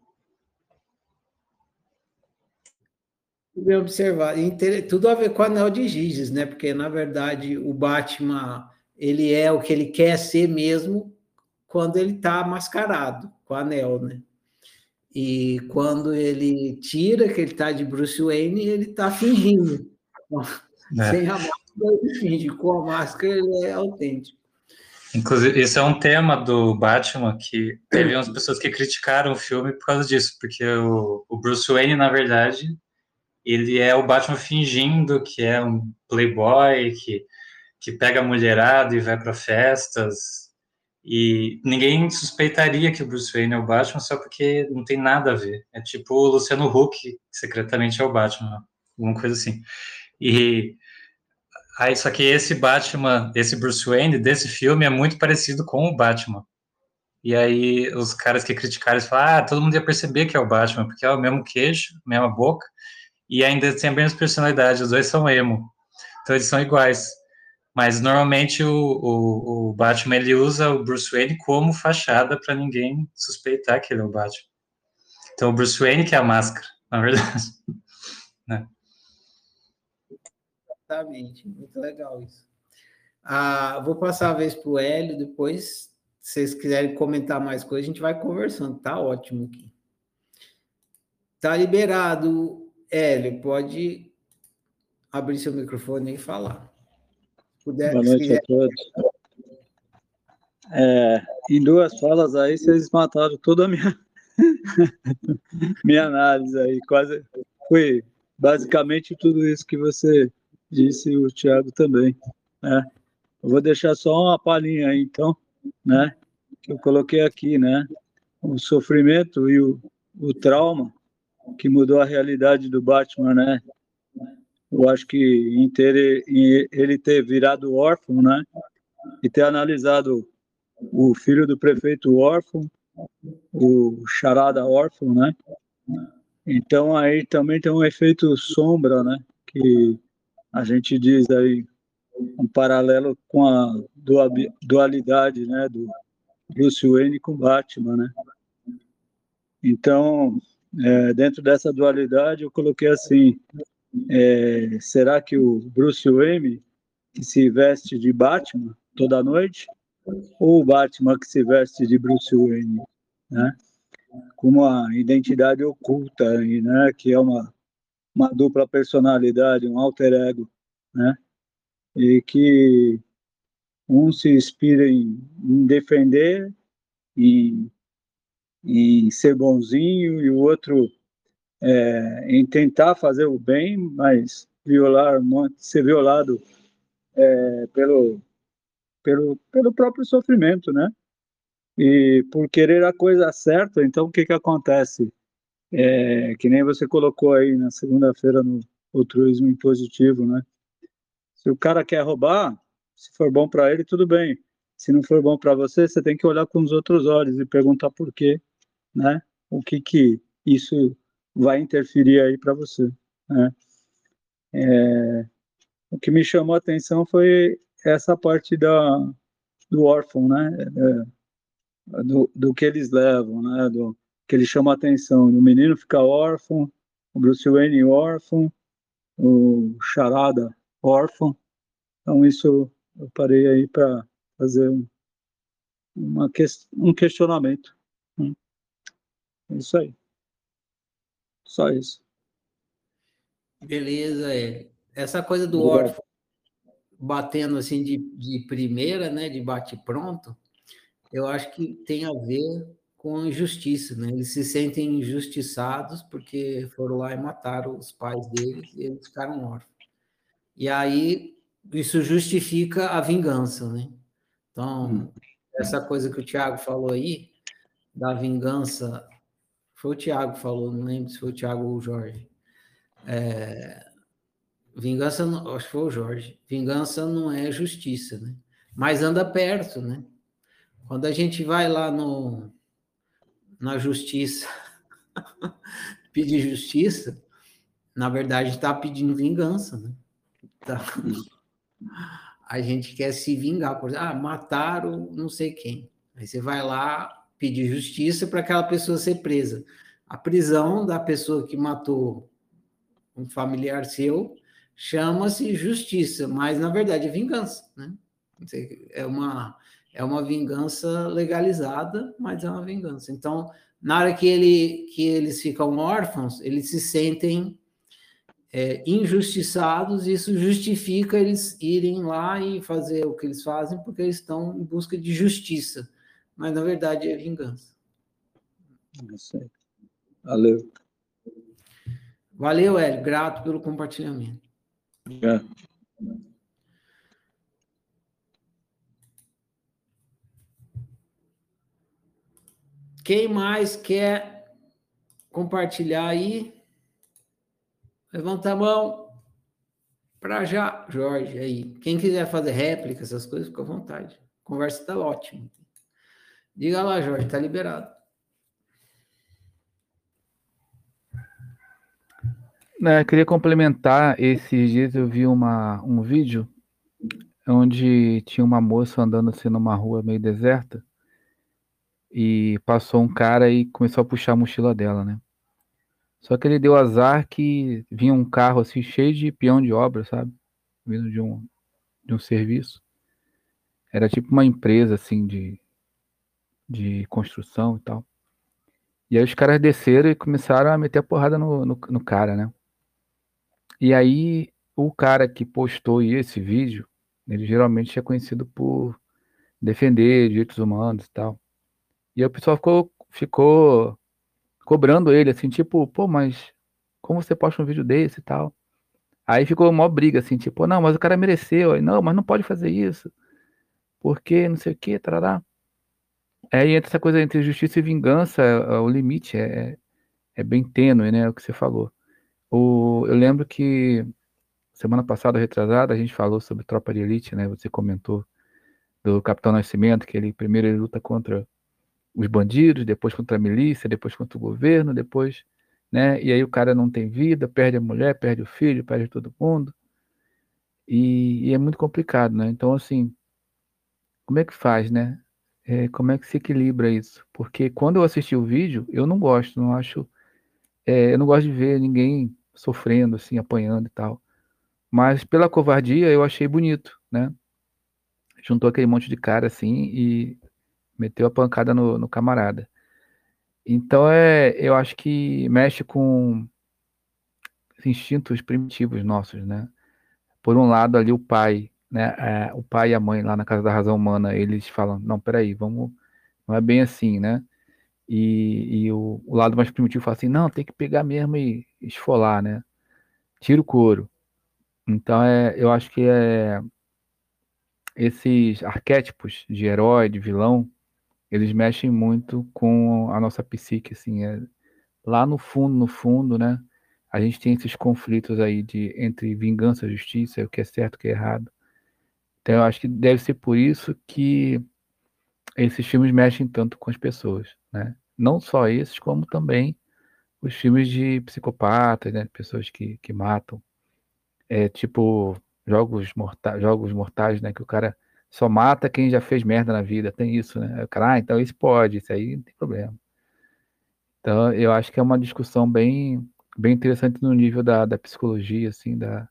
Bem observar. Tudo a ver com o Anel de Giges, né? Porque, na verdade, o Batman, ele é o que ele quer ser mesmo quando ele está mascarado com o anel, né? E quando ele tira que ele está de Bruce Wayne, ele está fingindo. É. Sem a máscara, ele finge. Com a máscara, ele é autêntico. Inclusive, esse é um tema do Batman que teve umas pessoas que criticaram o filme por causa disso, porque o, o Bruce Wayne, na verdade, ele é o Batman fingindo que é um playboy, que, que pega a mulherada e vai para festas, e ninguém suspeitaria que o Bruce Wayne é o Batman só porque não tem nada a ver. É tipo o Luciano Huck, que secretamente é o Batman, alguma coisa assim. E aí, só que esse Batman, esse Bruce Wayne desse filme é muito parecido com o Batman. E aí os caras que criticaram falaram, ah, todo mundo ia perceber que é o Batman, porque é o mesmo queixo, mesma boca, e ainda tem a mesma personalidade, os dois são emo. Então eles são iguais. Mas normalmente o, o, o Batman ele usa o Bruce Wayne como fachada para ninguém suspeitar que ele é o Batman. Então o Bruce Wayne que é a máscara, na verdade. Né? Exatamente, muito legal isso. Ah, vou passar a vez para o Hélio, depois, se vocês quiserem comentar mais coisas, a gente vai conversando, tá ótimo aqui. Tá liberado, Hélio, pode abrir seu microfone e falar. Puder, Boa noite a todos. É, em duas falas aí, vocês mataram toda a minha, minha análise aí, quase foi basicamente tudo isso que você disse e o Thiago também, né? eu vou deixar só uma palhinha aí, então, né? Que eu coloquei aqui, né? O sofrimento e o, o trauma que mudou a realidade do Batman, né? Eu acho que em ter, em ele ter virado órfão, né? E ter analisado o filho do prefeito órfão, o Charada órfão, né? Então aí também tem um efeito sombra, né? Que a gente diz aí um paralelo com a dualidade, né? Do Bruce Wayne com Batman, né? Então, é, dentro dessa dualidade, eu coloquei assim: é, será que o Bruce Wayne que se veste de Batman toda noite, ou o Batman que se veste de Bruce Wayne, né? Com uma identidade oculta, aí, né? Que é uma, uma dupla personalidade, um alter ego, né? E que um se inspira em, em defender, em, em ser bonzinho, e o outro é, em tentar fazer o bem, mas violar, ser violado é, pelo, pelo, pelo próprio sofrimento, né? E por querer a coisa certa, então o que que acontece? É, que nem você colocou aí na segunda-feira no altruísmo impositivo, né? Se o cara quer roubar, se for bom para ele, tudo bem. Se não for bom para você, você tem que olhar com os outros olhos e perguntar por quê, né? O que que isso vai interferir aí para você, né? É, o que me chamou a atenção foi essa parte da, do órfão, né? É, do, do que eles levam, né? Do que ele chama a atenção. O menino fica órfão, o Bruce Wayne órfão, o Charada órfão. Então isso eu parei aí para fazer um, uma que, um questionamento. Hum, É isso aí. Só isso. Beleza, é. Essa coisa do Obrigado. órfão batendo assim de, de primeira, né, de bate-pronto, eu acho que tem a ver com injustiça, né? Eles se sentem injustiçados porque foram lá e mataram os pais deles e eles ficaram órfãos. E aí isso justifica a vingança, né? Então, essa coisa que o Tiago falou aí, da vingança, foi o Tiago que falou, não lembro se foi o Tiago ou o Jorge. É, vingança, não, acho que foi o Jorge. Vingança não é justiça, né? Mas anda perto, né? Quando a gente vai lá no, na justiça pedir justiça, na verdade está pedindo vingança, né? Tá. A gente quer se vingar, por exemplo, ah, mataram não sei quem. Aí você vai lá pedir justiça para aquela pessoa ser presa. A prisão da pessoa que matou um familiar seu chama-se justiça, mas na verdade é vingança, né? É uma, é uma vingança legalizada, mas é uma vingança. Então, na hora que, ele, que eles ficam órfãos, eles se sentem é, injustiçados, e isso justifica eles irem lá e fazer o que eles fazem, porque eles estão em busca de justiça, mas na verdade é vingança. Isso aí. Valeu. Valeu, Hélio, grato pelo compartilhamento. É. Quem mais quer compartilhar aí? Levanta a mão para já, Jorge, aí. Quem quiser fazer réplica, essas coisas, fica à vontade. A conversa está ótima. Diga lá, Jorge, está liberado. É, queria complementar, esses dias eu vi uma, um vídeo onde tinha uma moça andando assim numa rua meio deserta e passou um cara e começou a puxar a mochila dela, né? Só que ele deu azar que vinha um carro assim cheio de peão de obra, sabe? Vindo de um, de um serviço. Era tipo uma empresa assim de, de construção e tal. E aí os caras desceram e começaram a meter a porrada no, no, no cara, né? E aí o cara que postou esse vídeo, ele geralmente é conhecido por defender direitos humanos e tal. E aí o pessoal ficou, ficou cobrando ele, assim, tipo, pô, mas como você posta um vídeo desse e tal? Aí ficou uma briga, assim, tipo, não, mas o cara mereceu. Aí, não, mas não pode fazer isso. porque não sei o que, tarará. Aí entra essa coisa entre justiça e vingança, o limite é, é bem tênue, né? O que você falou. O, eu lembro que semana passada, retrasada, a gente falou sobre Tropa de Elite, né? Você comentou do Capitão Nascimento, que ele primeiro ele luta contra os bandidos, depois contra a milícia, depois contra o governo, depois, né? E aí o cara não tem vida, perde a mulher, perde o filho, perde todo mundo. E, e é muito complicado, né? Então, assim, como é que faz, né? É, como é que se equilibra isso? Porque quando eu assisti o vídeo, eu não gosto, não acho, é, eu não gosto de ver ninguém sofrendo, assim, apanhando e tal. Mas pela covardia eu achei bonito, né? Juntou aquele monte de cara assim e meteu a pancada no, no camarada. Então é, eu acho que mexe com instintos primitivos nossos, né? Por um lado ali o pai, né? É, o pai e a mãe lá na Casa da Razão Humana, eles falam, não, peraí, vamos, não é bem assim, né? E, e o, o lado mais primitivo fala assim, não, tem que pegar mesmo e esfolar, né? Tira o couro. Então é, eu acho que é esses arquétipos de herói, de vilão, eles mexem muito com a nossa psique, assim, é, lá no fundo, no fundo, né? A gente tem esses conflitos aí de entre vingança e justiça, o que é certo, o que é errado. Então eu acho que deve ser por isso que esses filmes mexem tanto com as pessoas, né? Não só esses, como também os filmes de psicopatas, né? Pessoas que, que matam. É tipo jogos mortais, jogos mortais, né? Que o cara só mata quem já fez merda na vida. Tem isso, né? O cara, ah, então isso pode, isso aí não tem problema. Então, eu acho que é uma discussão bem, bem interessante no nível da, da psicologia, assim, da,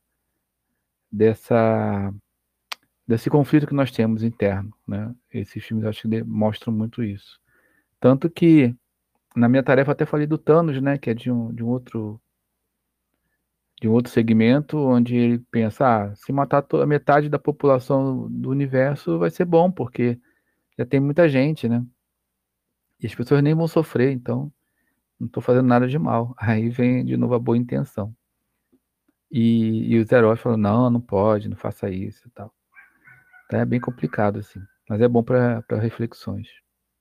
dessa, desse conflito que nós temos interno, né? Esses filmes eu acho que mostram muito isso. Tanto que na minha tarefa eu até falei do Thanos, né? Que é de um, de um outro de um outro segmento, onde ele pensa, ah, se matar a metade da população do universo vai ser bom, porque já tem muita gente, né? E as pessoas nem vão sofrer, então não estou fazendo nada de mal. Aí vem de novo a boa intenção. E, e os heróis falam, não, não pode, não faça isso e tal. Então é bem complicado, assim. Mas é bom para reflexões.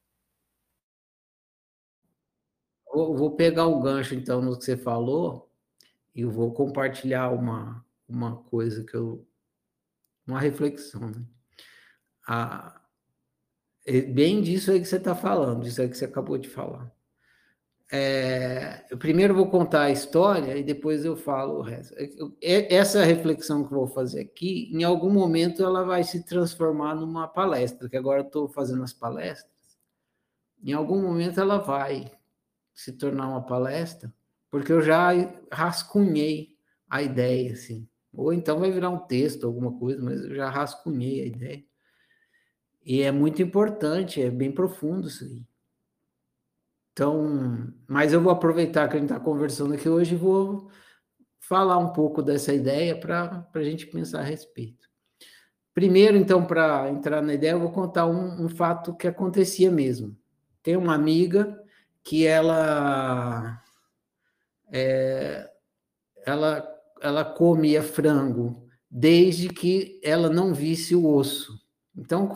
Vou, vou pegar um gancho, então, no que você falou, e eu vou compartilhar uma, uma coisa que eu... Uma reflexão, né? A, é bem disso aí que você está falando, disso aí que você acabou de falar. É, eu primeiro vou contar a história e depois eu falo o resto. Essa reflexão que eu vou fazer aqui, em algum momento ela vai se transformar numa palestra, que agora eu estou fazendo as palestras. Em algum momento ela vai se tornar uma palestra, porque eu já rascunhei a ideia, assim. Ou então vai virar um texto, alguma coisa, mas eu já rascunhei a ideia. E é muito importante, é bem profundo isso aí. Então, mas eu vou aproveitar que a gente está conversando aqui hoje e vou falar um pouco dessa ideia para a gente pensar a respeito. Primeiro, então, para entrar na ideia, eu vou contar um, um fato que acontecia mesmo. Tem uma amiga que ela, é, ela, ela comia frango desde que ela não visse o osso. Então,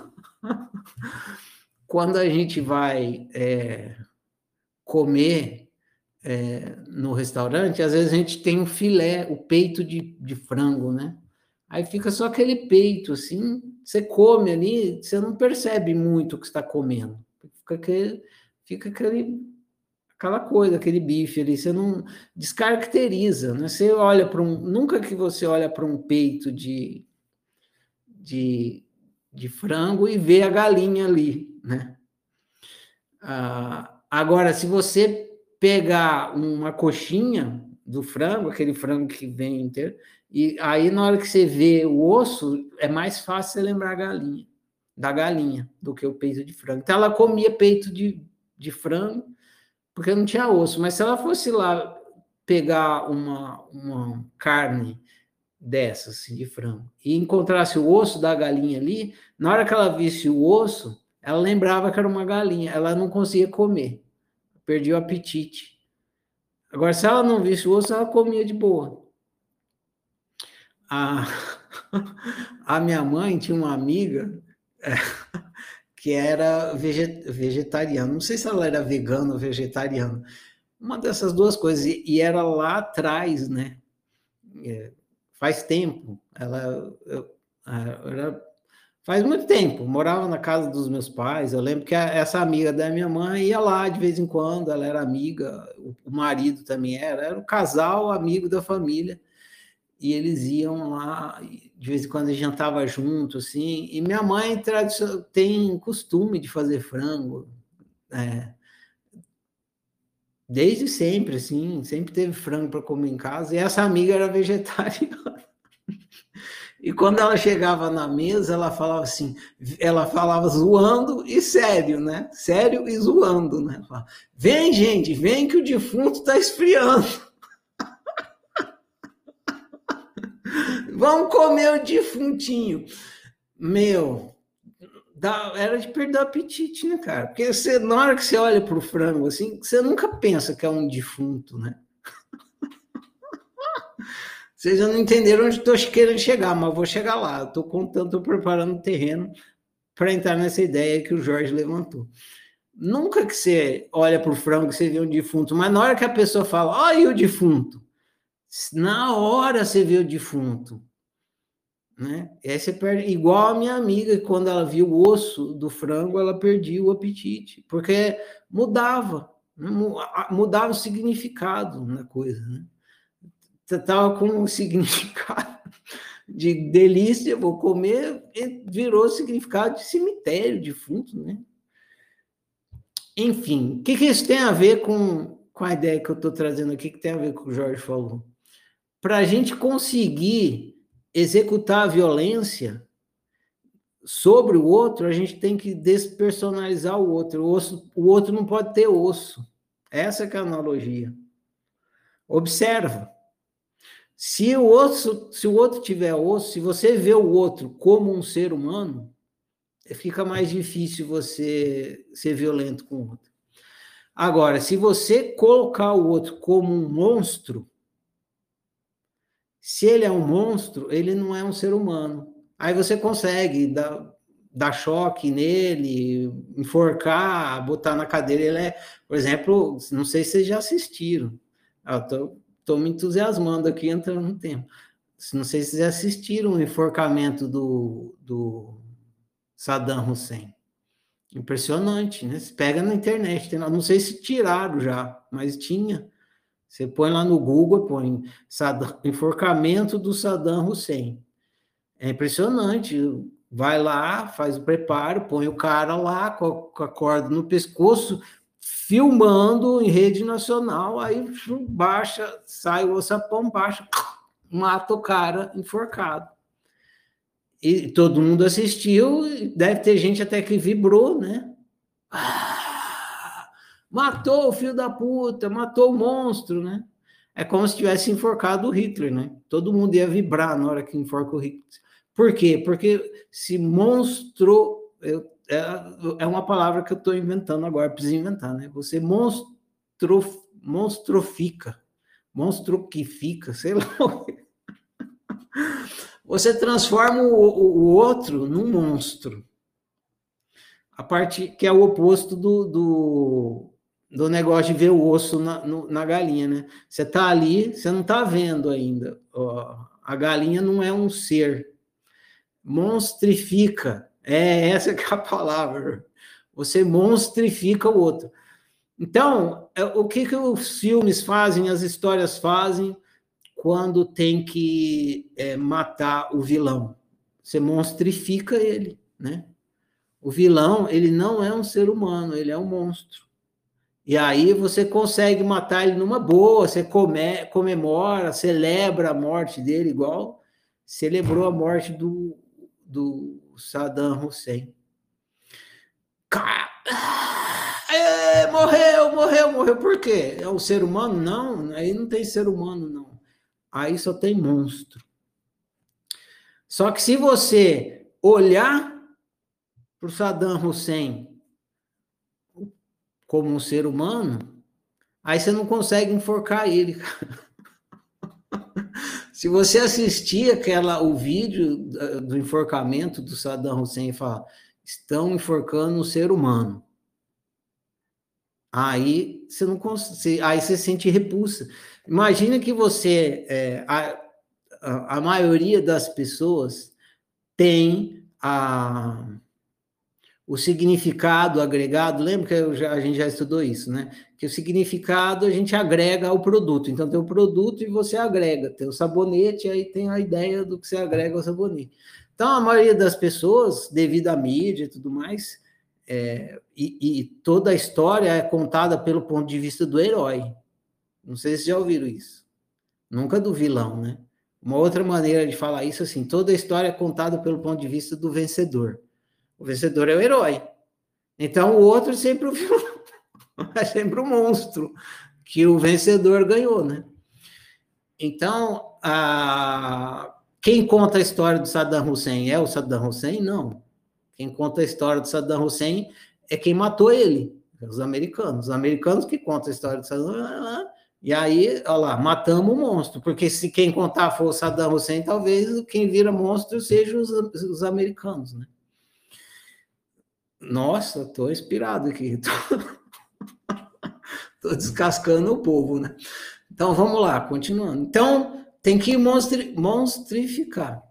quando a gente vai é, comer é, no restaurante, às vezes a gente tem um filé, o peito de, de frango, né? Aí fica só aquele peito, assim, você come ali, você não percebe muito o que está comendo. Fica aquele, fica aquele, aquela coisa, aquele bife ali, você não descaracteriza, né? Você olha para um... Nunca que você olha para um peito de, de, de frango e vê a galinha ali, né? Ah, agora, se você pegar uma coxinha do frango, aquele frango que vem inteiro, e aí na hora que você vê o osso, é mais fácil você lembrar a galinha, da galinha, do que o peito de frango. Então ela comia peito de, de frango, porque não tinha osso, mas se ela fosse lá pegar uma, uma carne dessas, assim, de frango, e encontrasse o osso da galinha ali, na hora que ela visse o osso, ela lembrava que era uma galinha, ela não conseguia comer, perdia o apetite. Agora, se ela não visse o osso, ela comia de boa. A, a minha mãe tinha uma amiga, é, que era vegetariana. Não sei se ela era vegana ou vegetariana. Uma dessas duas coisas. E, e era lá atrás, né? É, faz tempo. Ela eu, era, faz muito tempo. Morava na casa dos meus pais. Eu lembro que a, essa amiga da minha mãe ia lá de vez em quando. Ela era amiga. O, o marido também era. Era um casal amigo da família. E eles iam lá, de vez em quando jantava junto, assim, e minha mãe tem costume de fazer frango, é, desde sempre, assim, sempre teve frango para comer em casa, e essa amiga era vegetariana. E quando ela chegava na mesa, ela falava assim, ela falava zoando e sério, né? Sério e zoando, né? Falava, vem, gente, vem que o defunto está esfriando. Vamos comer o defuntinho. Meu, dá, era de perder o apetite, né, cara? Porque você, na hora que você olha para o frango, assim, você nunca pensa que é um defunto, né? Vocês já não entenderam onde estou querendo chegar, mas eu vou chegar lá. Estou contando, estou preparando o terreno para entrar nessa ideia que o Jorge levantou. Nunca que você olha para o frango e você vê um defunto, mas na hora que a pessoa fala, olha o defunto, na hora você vê o defunto. Né? E aí você perde, igual a minha amiga, quando ela viu o osso do frango, ela perdia o apetite, porque mudava, né? Mudava o significado na coisa, né? Você estava com um significado de delícia, vou comer, e virou significado de cemitério, defunto, né? Enfim, o que, que isso tem a ver com, com a ideia que eu estou trazendo aqui, que tem a ver com o que o Jorge falou? Para a gente conseguir executar a violência sobre o outro, a gente tem que despersonalizar o outro. O, osso, o outro não pode ter osso. Essa que é a analogia. Observa. Se o, osso, se o outro tiver osso, se você vê o outro como um ser humano, fica mais difícil você ser violento com o outro. Agora, se você colocar o outro como um monstro, se ele é um monstro, ele não é um ser humano. Aí você consegue dar, dar choque nele, enforcar, botar na cadeira. Ele é, por exemplo, não sei se vocês já assistiram. Estou me entusiasmando aqui, entrando no tempo. Não sei se vocês assistiram o enforcamento do, do Saddam Hussein. Impressionante, né? Você pega na internet, não sei se tiraram já, mas tinha. Você põe lá no Google, põe Saddam, enforcamento do Saddam Hussein. É impressionante. Vai lá, faz o preparo, põe o cara lá com a corda no pescoço, filmando em rede nacional, aí baixa, sai o ossapão, baixa, mata o cara enforcado. E todo mundo assistiu, deve ter gente até que vibrou, né? Ah, matou o filho da puta, matou o monstro, né? É como se tivesse enforcado o Hitler, né? Todo mundo ia vibrar na hora que enforca o Hitler. Por quê? Porque se monstro... Eu, é, é uma palavra que eu estou inventando agora, preciso inventar, né? Você monstro, monstrofica, monstroquifica, sei lá. Você transforma o, o, o outro num monstro. A parte que é o oposto do, do, do negócio de ver o osso na, no, na galinha, né? Você está ali, você não está vendo ainda. Ó, a galinha não é um ser. Monstrifica. É essa que é a palavra. Você monstrifica o outro. Então, o que, que os filmes fazem, as histórias fazem quando tem que é, matar o vilão? Você monstrifica ele, né? O vilão, ele não é um ser humano, ele é um monstro. E aí você consegue matar ele numa boa, você come, comemora, celebra a morte dele, igual celebrou a morte do, do Saddam Hussein. É, morreu, morreu, morreu. Por quê? É um ser humano? Não, aí não tem ser humano, não. Aí só tem monstro. Só que se você olhar para o Saddam Hussein como um ser humano, aí você não consegue enforcar ele. Se você assistir aquela, o vídeo do enforcamento do Saddam Hussein e falar, estão enforcando um ser humano. Aí você não consegue, aí você sente repulsa. Imagina que você, é, a, a, a maioria das pessoas tem a, o significado agregado, lembra que eu já, a gente já estudou isso, né? Que o significado a gente agrega ao produto. Então tem o produto e você agrega. Tem o sabonete, aí tem a ideia do que você agrega ao sabonete. Então a maioria das pessoas, devido à mídia e tudo mais, É, e, e toda a história é contada pelo ponto de vista do herói. Não sei se já ouviram isso. Nunca do vilão, né? Uma outra maneira de falar isso, assim, toda a história é contada pelo ponto de vista do vencedor. O vencedor é o herói. Então, o outro é sempre o vilão. É sempre o monstro que o vencedor ganhou, né? Então, a... quem conta a história do Saddam Hussein é o Saddam Hussein? Não. Quem conta a história do Saddam Hussein é quem matou ele, os americanos. Os americanos que contam a história do Saddam Hussein. E aí, olha lá, matamos o monstro. Porque se quem contar for o Saddam Hussein, talvez quem vira monstro seja os, os americanos, né? Nossa, estou inspirado aqui. Estou descascando o povo, né? Então, vamos lá, continuando. Então, tem que monstri, monstrificar.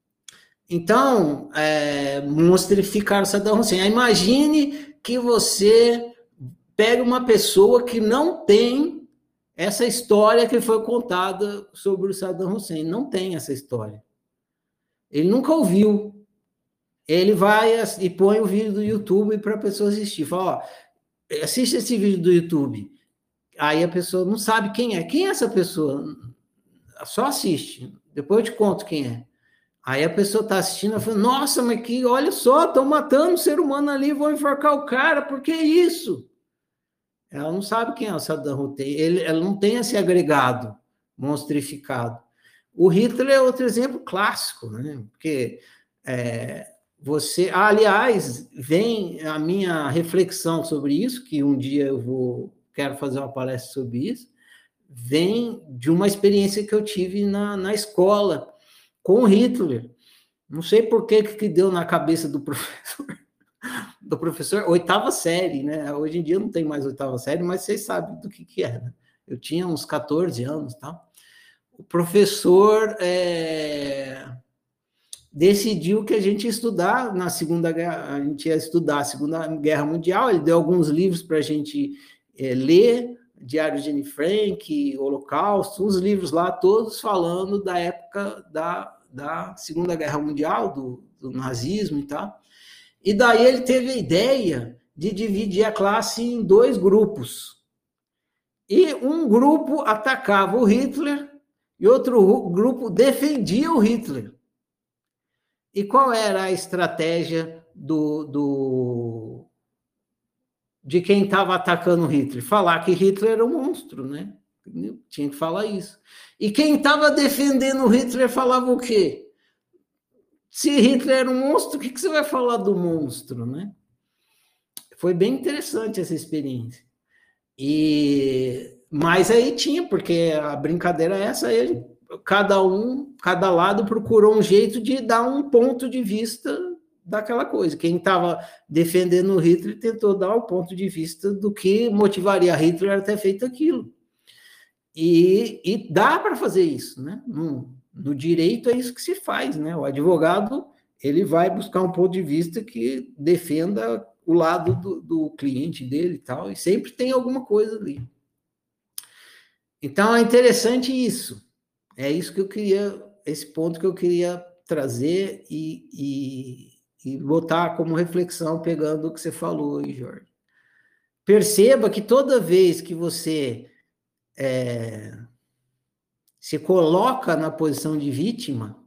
Então, é, monstrificar o Saddam Hussein. Imagine que você pega uma pessoa que não tem essa história que foi contada sobre o Saddam Hussein. Não tem essa história. Ele nunca ouviu. Ele vai e põe o vídeo do YouTube para a pessoa assistir. Fala, ó, assiste esse vídeo do YouTube. Aí a pessoa não sabe quem é. Quem é essa pessoa? Só assiste. Depois eu te conto quem é. Aí a pessoa está assistindo e fala, nossa, mas que, olha só, estão matando um ser humano ali, vão enforcar o cara, por que isso? Ela não sabe quem é o Saddam Hussein, ele, ela não tem esse agregado monstrificado. O Hitler é outro exemplo clássico, né? Porque é, você... Ah, aliás, vem a minha reflexão sobre isso, que um dia eu vou, quero fazer uma palestra sobre isso, vem de uma experiência que eu tive na, na escola, com Hitler. Não sei por que que deu na cabeça do professor, do professor, oitava série, né? Hoje em dia não tem mais oitava série, mas vocês sabem do que que é, né? Eu tinha uns quatorze anos, tá? O professor é, decidiu que a gente ia estudar na Segunda Guerra, a gente ia estudar a Segunda Guerra Mundial, ele deu alguns livros para a gente é, ler, Diário de Anne Frank, Holocausto, uns livros lá, todos falando da época da da Segunda Guerra Mundial, do, do nazismo e tal. E daí ele teve a ideia de dividir a classe em dois grupos. E um grupo atacava o Hitler e outro grupo defendia o Hitler. E qual era a estratégia do, do, de quem estava atacando o Hitler? Falar que Hitler era um monstro, né? Tinha que falar isso. E quem estava defendendo o Hitler falava o quê? Se Hitler era um monstro, o que, que você vai falar do monstro, né? Foi bem interessante essa experiência. E, mas aí tinha, porque a brincadeira é essa, ele, cada um, cada lado procurou um jeito de dar um ponto de vista daquela coisa. Quem estava defendendo o Hitler tentou dar o ponto de vista do que motivaria Hitler a ter feito aquilo. E, e dá para fazer isso, né? No, no direito é isso que se faz, né? O advogado, ele vai buscar um ponto de vista que defenda o lado do, do cliente dele e tal, e sempre tem alguma coisa ali. Então, é interessante isso. É isso que eu queria, esse ponto que eu queria trazer e, e, e botar como reflexão, pegando o que você falou aí, Jorge. Perceba que toda vez que você É, se coloca na posição de vítima,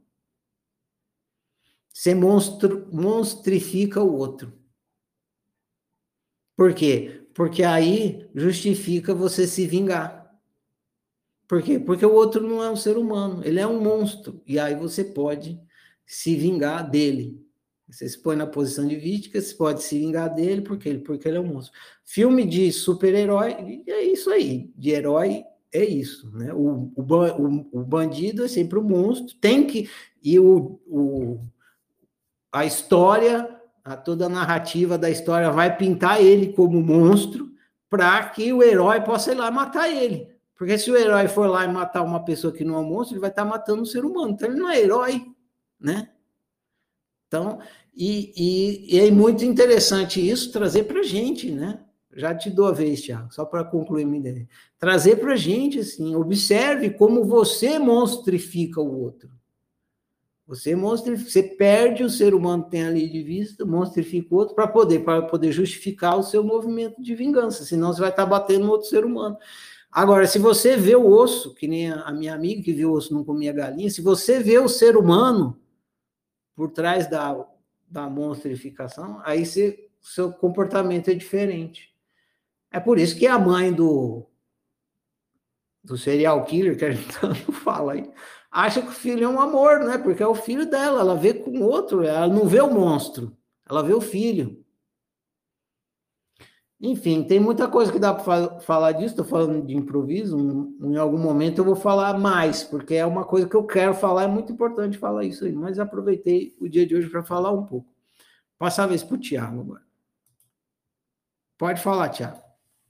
você monstro, monstrifica o outro. Por quê? Porque aí justifica você se vingar. Por quê? Porque o outro não é um ser humano, ele é um monstro. E aí você pode se vingar dele. Você se põe na posição de vítima, você pode se vingar dele, porque ele, porque ele é um monstro. Filme de super-herói, é isso aí, de herói é isso, né? O, o, o bandido é sempre o monstro, tem que... E o, o, a história a toda a narrativa da história vai pintar ele como monstro para que o herói possa ir lá matar ele. Porque se o herói for lá e matar uma pessoa que não é um monstro, ele vai estar matando um ser humano. Então ele não é herói, né? Então, e, e, e é muito interessante isso trazer para a gente, né? Já te dou a vez, Thiago, só para concluir minha ideia. Trazer para a gente, assim, observe como você monstrifica o outro. Você, monstra, você perde o ser humano que tem ali de vista, monstrifica o outro para poder, para poder justificar o seu movimento de vingança, senão você vai estar batendo no outro ser humano. Agora, se você vê o osso, que nem a minha amiga que viu o osso não comia galinha, se você vê o ser humano por trás da, da monstrificação, aí você, seu comportamento é diferente. É por isso que a mãe do, do serial killer, que a gente tanto fala aí, acha que o filho é um amor, né? Porque é o filho dela, ela vê com o outro, ela não vê o monstro, ela vê o filho. Enfim, tem muita coisa que dá para falar disso, estou falando de improviso, em algum momento eu vou falar mais, porque é uma coisa que eu quero falar, é muito importante falar isso aí, mas aproveitei o dia de hoje para falar um pouco. Passar a vez para o Thiago agora. Pode falar, Thiago.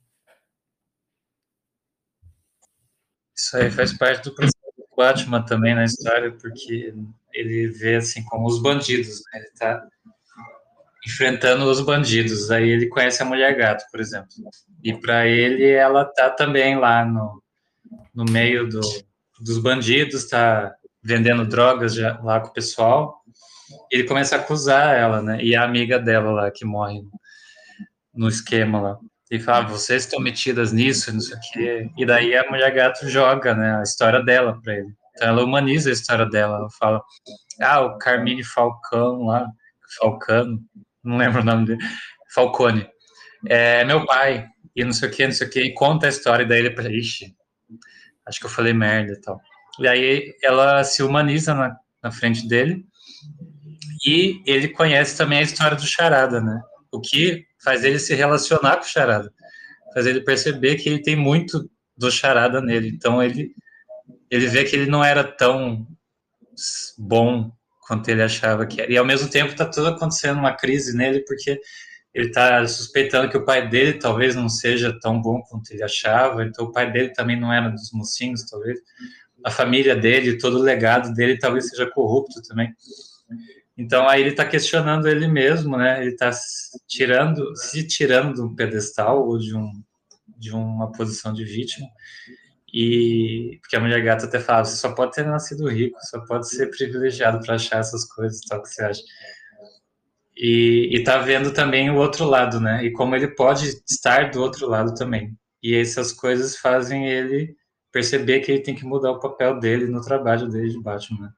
Isso aí faz parte do processo do Batman também na história, porque ele vê assim como os bandidos, né? Ele está enfrentando os bandidos. Aí ele conhece a Mulher Gato, por exemplo. E para ele, ela tá também lá no, no meio do, dos bandidos, tá vendendo drogas já, lá com o pessoal. Ele começa a acusar ela, né? E a amiga dela lá, que morre no esquema lá. E fala, vocês estão metidas nisso, não sei o quê. E daí a Mulher Gato joga, né, a história dela para ele. Então ela humaniza a história dela. Ela fala, ah, o Carmine Falcão lá, Falcano, não lembro o nome dele, Falcone, é meu pai, e não sei o que, não sei o que, e conta a história, e daí ele fala, ixi, acho que eu falei merda e tal. E aí ela se humaniza na, na frente dele, e ele conhece também a história do Charada, né? O que faz ele se relacionar com o Charada, faz ele perceber que ele tem muito do Charada nele. Então ele, ele vê que ele não era tão bom quanto ele achava que era. E ao mesmo tempo está tudo acontecendo uma crise nele, porque ele está suspeitando que o pai dele talvez não seja tão bom quanto ele achava, então o pai dele também não era dos mocinhos, talvez. A família dele, todo o legado dele talvez seja corrupto também. Então aí ele está questionando ele mesmo, né? Ele está tirando, se tirando de um pedestal ou de, um, de uma posição de vítima. E porque a Mulher Gato até fala, você só pode ter nascido rico, só pode ser privilegiado para achar essas coisas, tal, que você acha. E, e tá vendo também o outro lado, né? E como ele pode estar do outro lado também. E essas coisas fazem ele perceber que ele tem que mudar o papel dele no trabalho dele de Batman.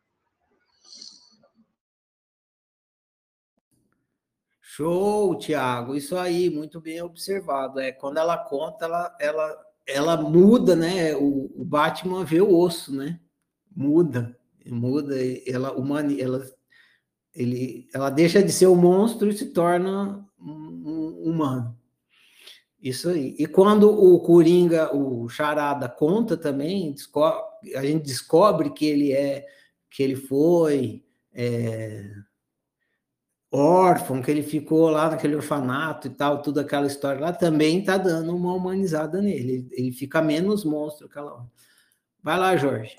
Show, Thiago, isso aí, muito bem observado. É, quando ela conta, ela, ela, ela muda, né? O, o Batman vê o osso, né? Muda, muda, ela, humani, ela, ele, ela deixa de ser um monstro e se torna um, um humano. Isso aí. E quando o Coringa, o Charada, conta também, descobre, a gente descobre que ele é, que ele foi é, órfão, que ele ficou lá naquele orfanato e tal, toda aquela história lá, também está dando uma humanizada nele. Ele, ele fica menos monstro aquela hora. Vai lá, Jorge.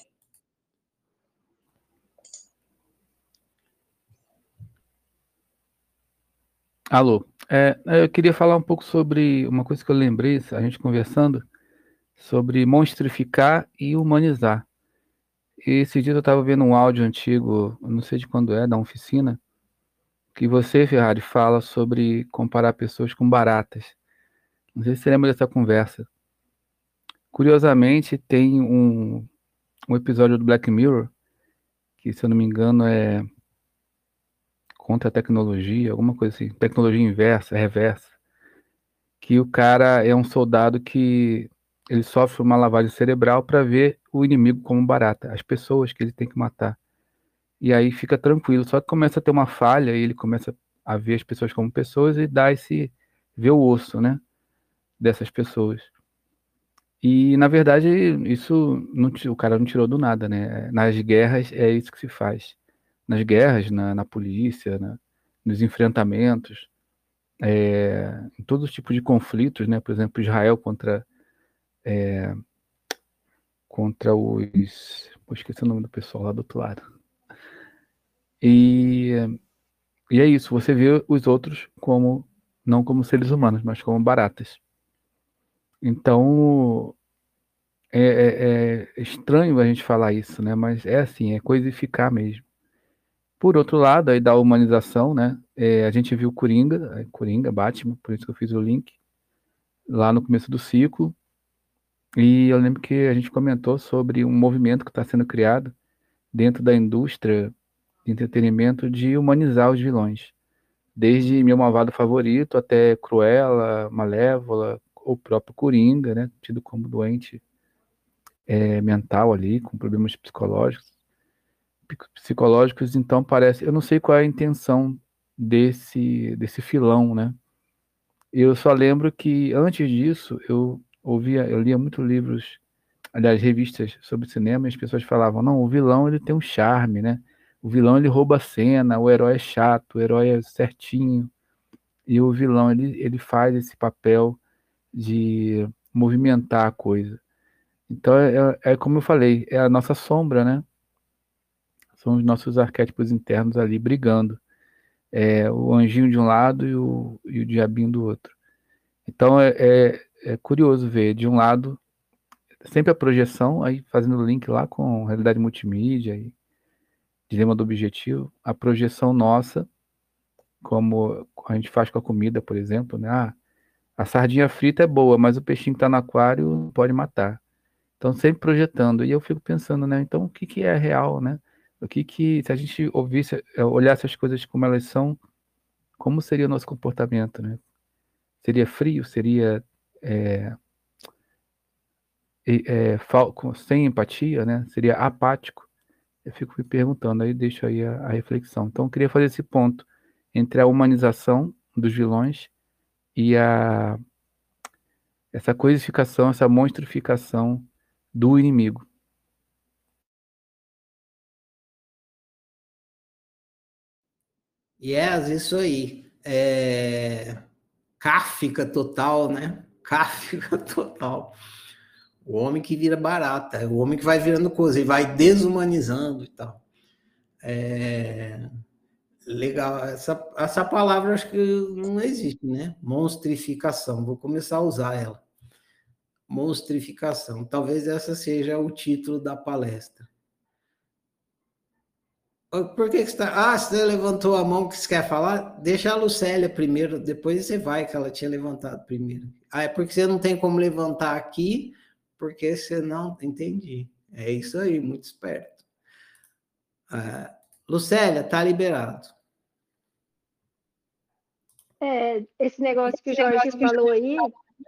Alô, é, eu queria falar um pouco sobre uma coisa que eu lembrei, a gente conversando, sobre monstrificar e humanizar. E esse dia eu estava vendo um áudio antigo, não sei de quando é, da oficina, que você, Ferrari, fala sobre comparar pessoas com baratas. Não sei se você lembra dessa conversa. Curiosamente, tem um, um episódio do Black Mirror, que, se eu não me engano, é contra a tecnologia, alguma coisa assim, tecnologia inversa, reversa, que o cara é um soldado que ele sofre uma lavagem cerebral para ver o inimigo como barata, as pessoas que ele tem que matar. E aí fica tranquilo, só que começa a ter uma falha e ele começa a ver as pessoas como pessoas e dá esse, ver o osso, né, dessas pessoas. E, na verdade, isso não, o cara não tirou do nada, né? Nas guerras é isso que se faz. Nas guerras, na, na polícia, na, nos enfrentamentos, é, em todos os tipos de conflitos, né? Por exemplo, Israel contra, é, contra os... Vou esquecer o nome do pessoal lá do outro lado. E, e é isso, você vê os outros como, não como seres humanos, mas como baratas. Então, é, é, é estranho a gente falar isso, né? Mas é assim, é coisificar mesmo. Por outro lado, aí da humanização, né? É, a gente viu Coringa, é, Coringa, Batman, por isso que eu fiz o link, lá no começo do ciclo. E eu lembro que a gente comentou sobre um movimento que está sendo criado dentro da indústria de entretenimento de humanizar os vilões. Desde Meu Malvado Favorito até Cruella, Malévola, o próprio Coringa, né? Tido como doente é, mental ali, com problemas psicológicos. Psicológicos, então parece... Eu não sei qual é a intenção desse, desse filão, né? Eu só lembro que antes disso eu ouvia, eu lia muitos livros, aliás, revistas sobre cinema, e as pessoas falavam, não, o vilão ele tem um charme, né? O vilão ele rouba a cena, o herói é chato, o herói é certinho, e o vilão ele, ele faz esse papel de movimentar a coisa. Então é, é como eu falei, é a nossa sombra, né? São os nossos arquétipos internos ali brigando. É o anjinho de um lado e o, e o diabinho do outro. Então é, é, é curioso ver, de um lado, sempre a projeção, aí fazendo link lá com realidade multimídia e dilema do objetivo, a projeção nossa, como a gente faz com a comida, por exemplo, né? Ah, a sardinha frita é boa, mas o peixinho que está no aquário pode matar. Então sempre projetando. E eu fico pensando, né? Então o que, que é real, né? O que que, se a gente ouvisse, olhasse as coisas como elas são, como seria o nosso comportamento, né? Seria frio? Seria é, é, sem empatia, né? Seria apático? Eu fico me perguntando, aí deixo aí a, a reflexão. Então, eu queria fazer esse ponto entre a humanização dos vilões e a, essa coisificação, essa monstrificação do inimigo. E é isso aí. É... Kafka total, né? Kafka total. O homem que vira barata, o homem que vai virando coisa, e vai desumanizando e tal. É... Legal. Essa, essa palavra acho que não existe, né? Monstrificação. Vou começar a usar ela. Monstrificação. Talvez essa seja o título da palestra. Por que, que você está... Ah, você levantou a mão que você quer falar? Deixa a Lucélia primeiro, depois você vai, que ela tinha levantado primeiro. Ah, é porque você não tem como levantar aqui, porque você não... Entendi. É isso aí, muito esperto. Ah, Lucélia, tá liberado. É, esse negócio que o Jorge falou aí,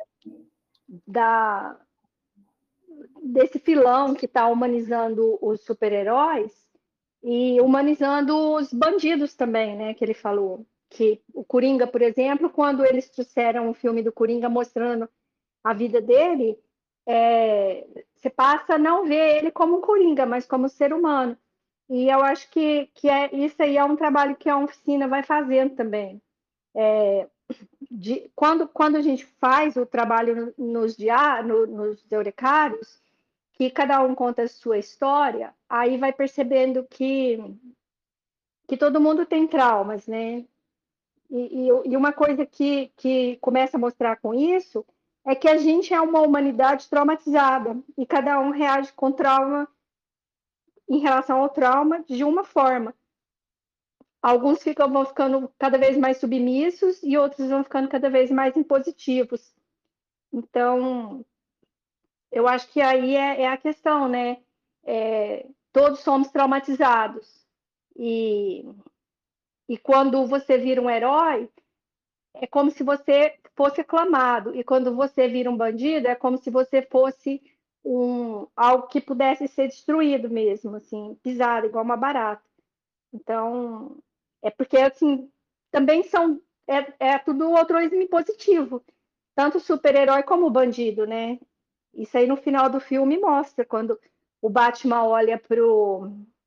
da, desse filão que está humanizando os super-heróis e humanizando os bandidos também, né? Que ele falou. Que o Coringa, por exemplo, quando eles trouxeram o filme do Coringa mostrando a vida dele, é, você passa a não ver ele como um Coringa, mas como ser humano. E eu acho que, que é, isso aí é um trabalho que a oficina vai fazendo também. É, de, quando, quando a gente faz o trabalho nos, dia, no, nos eurecários, que cada um conta a sua história, aí vai percebendo que, que todo mundo tem traumas, né? E, e, e uma coisa que, que começa a mostrar com isso é que a gente é uma humanidade traumatizada e cada um reage com trauma em relação ao trauma de uma forma. Alguns ficam, vão ficando cada vez mais submissos e outros vão ficando cada vez mais impositivos. Então, eu acho que aí é, é a questão, né? É, todos somos traumatizados. E, e quando você vira um herói, é como se você fosse aclamado. E quando você vira um bandido, é como se você fosse um, algo que pudesse ser destruído mesmo, assim, pisado, igual uma barata. Então, é porque, assim, também são... É, é tudo altruísmo positivo. Tanto o super-herói como o bandido, né? Isso aí no final do filme mostra, quando o Batman olha pro,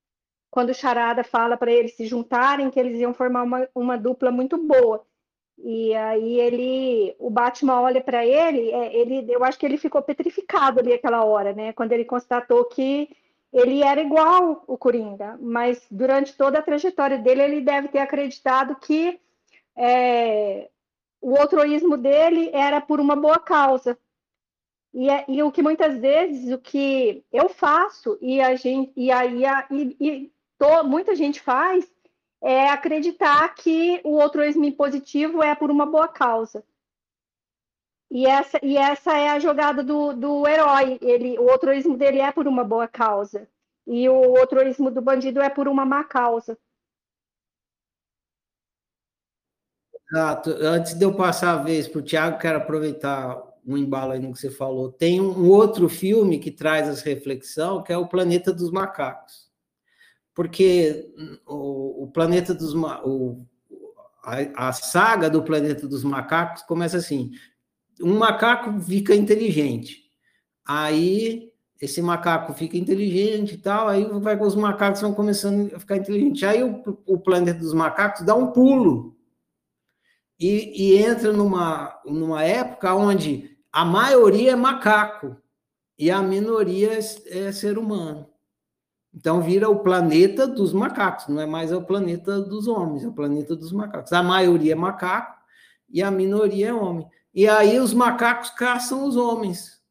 quando o Charada fala para eles se juntarem, que eles iam formar uma, uma dupla muito boa. E aí ele, o Batman olha para ele, é, ele, eu acho que ele ficou petrificado ali aquela hora, né? Quando ele constatou que ele era igual o Coringa, mas durante toda a trajetória dele, ele deve ter acreditado que é, o altruísmo dele era por uma boa causa. E, é, e o que muitas vezes o que eu faço e a gente e aí a, e, e to, muita gente faz é acreditar que o altruísmo positivo é por uma boa causa. E essa, e essa é a jogada do, do herói. Ele, o altruísmo dele é por uma boa causa. E o altruísmo do bandido é por uma má causa. Exato. Antes de eu passar a vez para o Thiago, quero aproveitar um embalo aí no que você falou. Tem um outro filme que traz essa reflexão, que é o Planeta dos Macacos. Porque o, o Planeta dos o, a, a saga do Planeta dos Macacos começa assim: um macaco fica inteligente, aí esse macaco fica inteligente e tal, aí vai com os macacos vão começando a ficar inteligentes, aí o, o Planeta dos Macacos dá um pulo e, e entra numa, numa época onde a maioria é macaco e a minoria é, é ser humano. Então vira o planeta dos macacos, não é mais o planeta dos homens, é o planeta dos macacos. A maioria é macaco e a minoria é homem. E aí os macacos caçam os homens,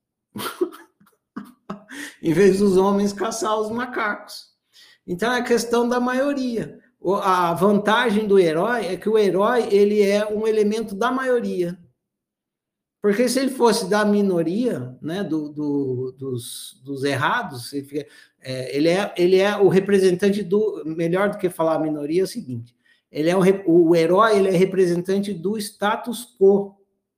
em vez dos homens caçar os macacos. Então é a questão da maioria. A vantagem do herói é que o herói ele é um elemento da maioria. Porque se ele fosse da minoria, né, do, do, dos, dos errados, ele, fica, é, ele, é, ele é o representante do... Melhor do que falar a minoria é o seguinte, ele é o, o herói ele é representante do status quo.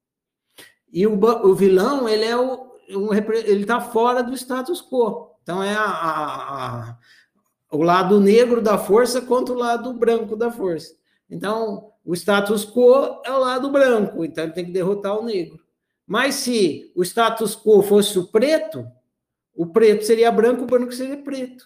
E o, o vilão, ele é o, um, ele está fora do status quo. Então, é a, a, a, o lado negro da força contra o lado branco da força. Então, o status quo é o lado branco, então ele tem que derrotar o negro. Mas se o status quo fosse o preto, o preto seria branco, o branco seria preto.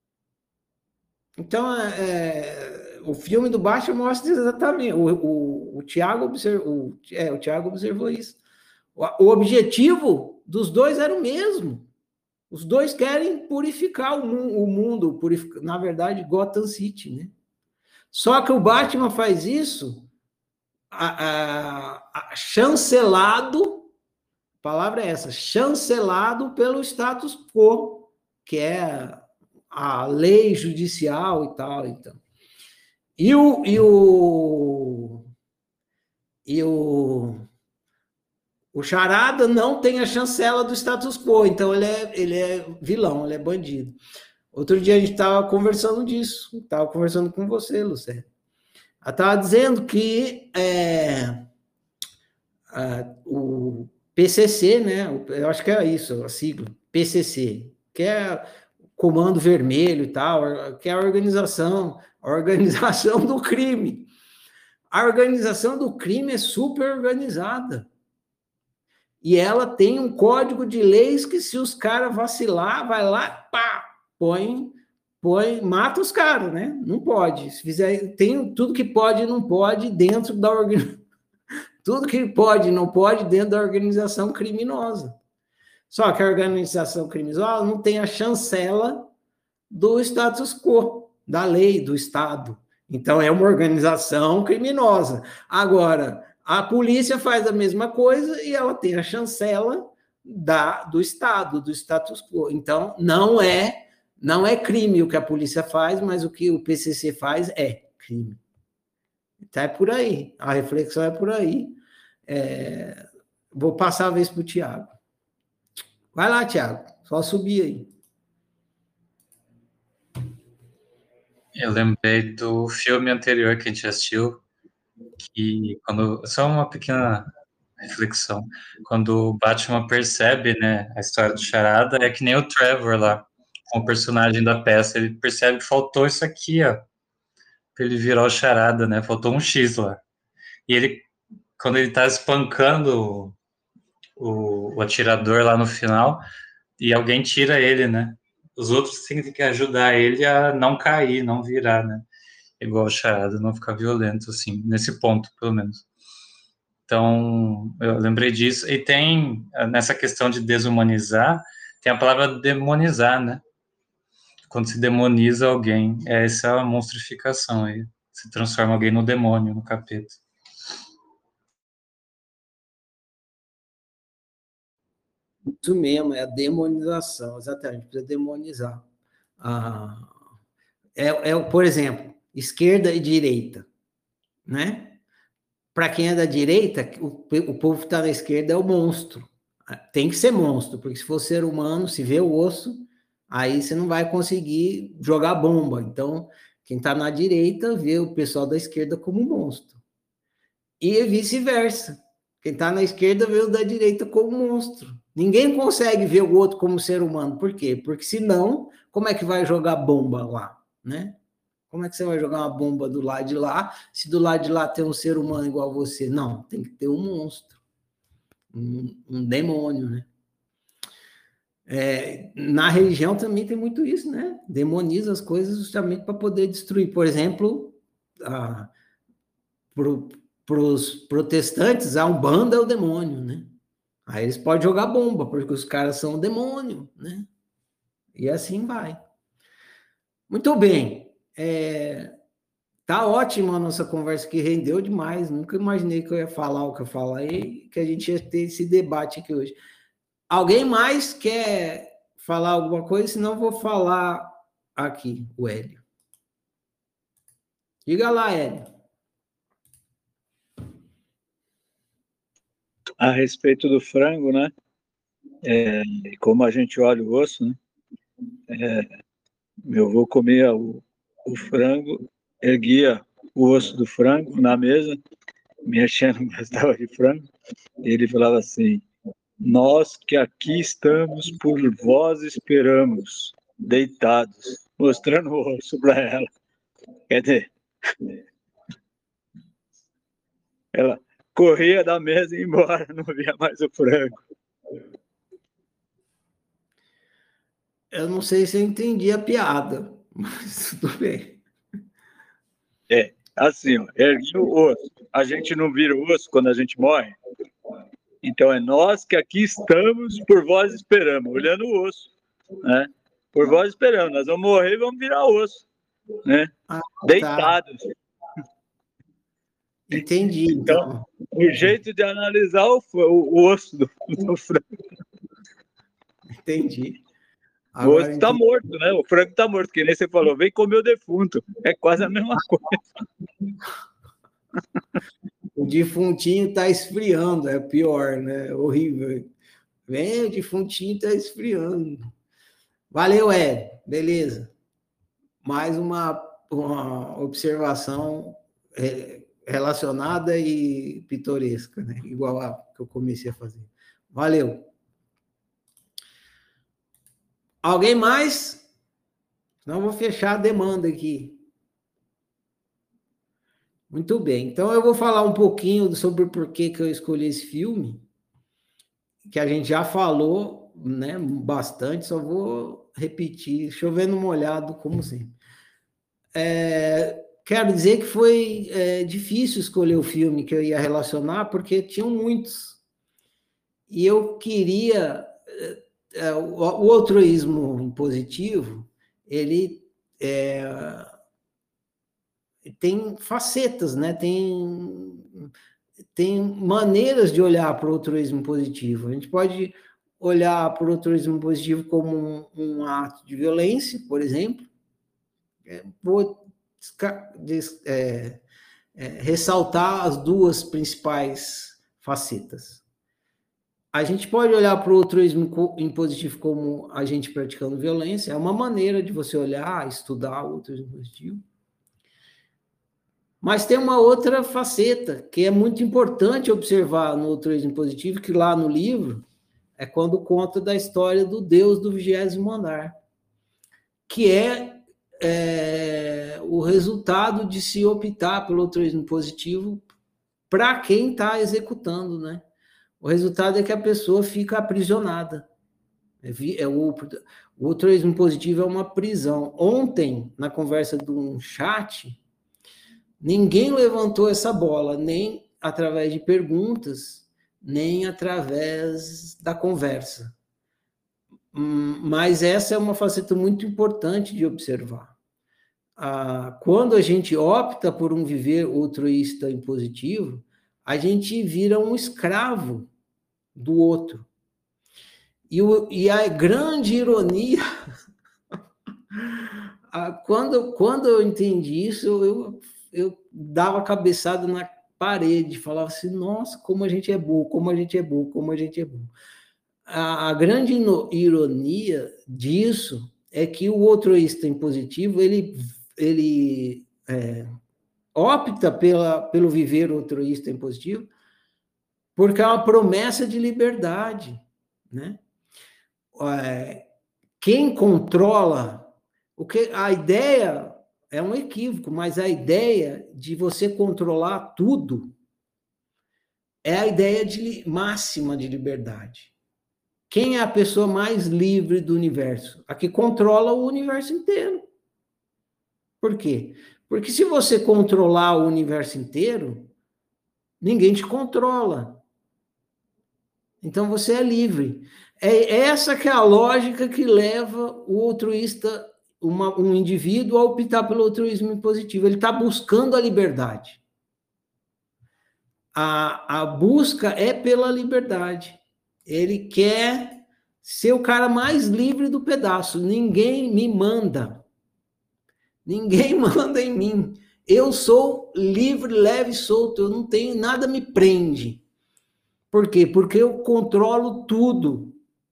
Então, é, o filme do Batman mostra exatamente. O, o, o, Thiago, observou, o, é, o Thiago observou isso. O, o objetivo dos dois era o mesmo. Os dois querem purificar o, o mundo, purificar, na verdade, Gotham City, né? Só que o Batman faz isso a, a, a, chancelado. A palavra é essa, chancelado pelo status quo, que é a lei judicial e tal. Então. E o, e o, e o, o Charada não tem a chancela do status quo, então ele é, ele é vilão, ele é bandido. Outro dia a gente estava conversando disso, estava conversando com você, Lucélia. Ela estava dizendo que é, a, o P C C, né? Eu acho que é isso, a sigla, P C C, que é Comando Vermelho e tal, que é a organização, a organização do crime. A organização do crime é super organizada. E ela tem um código de leis que se os caras vacilar, vai lá, pá, põe, põe, mata os caras, né? Não pode. Se fizer, tem tudo que pode e não pode dentro da organização. Tudo que pode e não pode dentro da organização criminosa. Só que a organização criminosa não tem a chancela do status quo, da lei, do Estado. Então, é uma organização criminosa. Agora, a polícia faz a mesma coisa e ela tem a chancela da, do Estado, do status quo. Então, não é, não é crime o que a polícia faz, mas o que o P C C faz é crime. Então, é por aí. A reflexão é por aí. É, vou passar a vez para o Thiago. Vai lá, Thiago. Só subir aí. Eu lembrei do filme anterior que a gente assistiu, que quando... Só uma pequena reflexão. Quando o Batman percebe, né, a história do Charada, é que nem o Trevor lá, com o personagem da peça. Ele percebe que faltou isso aqui, ó, para ele virar o Charada, né? Faltou um X lá. E ele, quando ele tá espancando o, o, o atirador lá no final, e alguém tira ele, né? os outros têm que ajudar ele a não cair, não virar, né? Igual o charada, não ficar violento, assim, nesse ponto, pelo menos. Então, eu lembrei disso. E tem, nessa questão de desumanizar, tem a palavra demonizar, né? Quando se demoniza alguém, é essa a monstrificação aí. Se transforma alguém no demônio, no capeta. Isso mesmo, é a demonização, exatamente, precisa demonizar. Ah, é, é, por exemplo, esquerda e direita, né? Para quem é da direita, o, o povo que está na esquerda é o monstro. Tem que ser monstro, porque se for ser humano, se vê o osso, aí você não vai conseguir jogar bomba. Então, quem está na direita vê o pessoal da esquerda como monstro. E vice-versa. Quem está na esquerda vê o da direita como monstro. Ninguém consegue ver o outro como ser humano. Por quê? Porque senão, como é que vai jogar bomba lá, né? Como é que você vai jogar uma bomba do lado de lá, se do lado de lá tem um ser humano igual a você? Não, tem que ter um monstro, um, um demônio, né? É, na religião também tem muito isso, né? Demoniza as coisas justamente para poder destruir. Por exemplo, para os protestantes, a Umbanda é o demônio, né? Aí eles podem jogar bomba, porque os caras são o demônio, né? E assim vai. Muito bem. É... Tá ótima a nossa conversa, que rendeu demais. Nunca imaginei que eu ia falar o que eu falei, que a gente ia ter esse debate aqui hoje. Alguém mais quer falar alguma coisa? Senão eu vou falar aqui, o Hélio. Diga lá, Hélio. A respeito do frango, né? É, como a gente olha o osso, né? É, meu avô comia o, o frango, erguia o osso do frango na mesa, mexendo no pedaço de frango, e ele falava assim: nós que aqui estamos por vós esperamos, deitados, mostrando o osso para ela. Quer dizer, ela corria da mesa e ia embora, não via mais o frango. Eu não sei se eu entendi a piada, mas tudo bem. É, assim, ó, erguia o osso. A gente não vira o osso quando a gente morre. Então é nós que aqui estamos, por vós esperamos, olhando o osso, né? Por vós esperamos, nós vamos morrer e vamos virar osso, né? Ah, deitados. Tá. Entendi, então. então. O jeito de analisar o, o, o osso do, do frango. Entendi. Agora, o osso está morto, né? O frango está morto, que nem você falou, vem comer o defunto. É quase a mesma coisa. O defuntinho está esfriando, é pior, né? É horrível. Vem, o defuntinho está esfriando. Valeu, Ed. Beleza. Mais uma, uma observação relacionada e pitoresca, né? Igual a que eu comecei a fazer. Valeu. Alguém mais? Não vou fechar a demanda aqui. Muito bem. Então, eu vou falar um pouquinho sobre por que que eu escolhi esse filme, que a gente já falou, né, bastante, só vou repetir, chovendo molhado, como sempre. É, quero dizer que foi é, difícil escolher o filme que eu ia relacionar, porque tinham muitos. E eu queria... É, o, o altruísmo impositivo, ele é, tem facetas, né? Tem, tem maneiras de olhar para o altruísmo positivo. A gente pode olhar para o altruísmo positivo como um, um ato de violência, por exemplo. É, vou é, é, ressaltar as duas principais facetas. A gente pode olhar para o altruísmo impositivo como a gente praticando violência, é uma maneira de você olhar, estudar o altruísmo positivo. Mas tem uma outra faceta que é muito importante observar no altruísmo positivo, que lá no livro é quando conta da história do Deus do vigésimo andar, que é, é o resultado de se optar pelo altruísmo positivo para quem está executando, né? O resultado é que a pessoa fica aprisionada. É, é o, o altruísmo positivo é uma prisão. Ontem, na conversa de um chat, ninguém levantou essa bola, nem através de perguntas, nem através da conversa. Mas essa é uma faceta muito importante de observar. Ah, quando a gente opta por um viver altruísta e positivo, a gente vira um escravo do outro. E, o, e a grande ironia, quando, quando eu entendi isso, eu, eu dava cabeçada na parede, falava assim, nossa, como a gente é burro, como a gente é burro, como a gente é burro. A, a grande ironia disso é que o altruísta positivo, ele, ele é, opta pela, pelo viver altruísta positivo porque é uma promessa de liberdade, né? É, quem controla, o que, a ideia é um equívoco, mas a ideia de você controlar tudo é a ideia de máxima de liberdade. Quem é a pessoa mais livre do universo? A que controla o universo inteiro. Por quê? Porque se você controlar o universo inteiro, ninguém te controla. Então você é livre. É essa que é a lógica que leva o altruísta, uma, um indivíduo, a optar pelo altruísmo positivo. Ele está buscando a liberdade. A, a busca é pela liberdade. Ele quer ser o cara mais livre do pedaço. Ninguém me manda. Ninguém manda em mim. Eu sou livre, leve e solto. Eu não tenho, nada me prende. Por quê? Porque eu controlo tudo.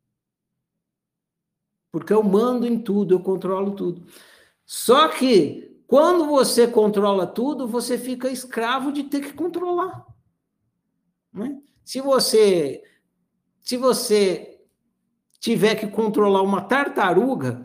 Porque eu mando em tudo, eu controlo tudo. Só que, quando você controla tudo, você fica escravo de ter que controlar. Né? Se você, se você tiver que controlar uma tartaruga,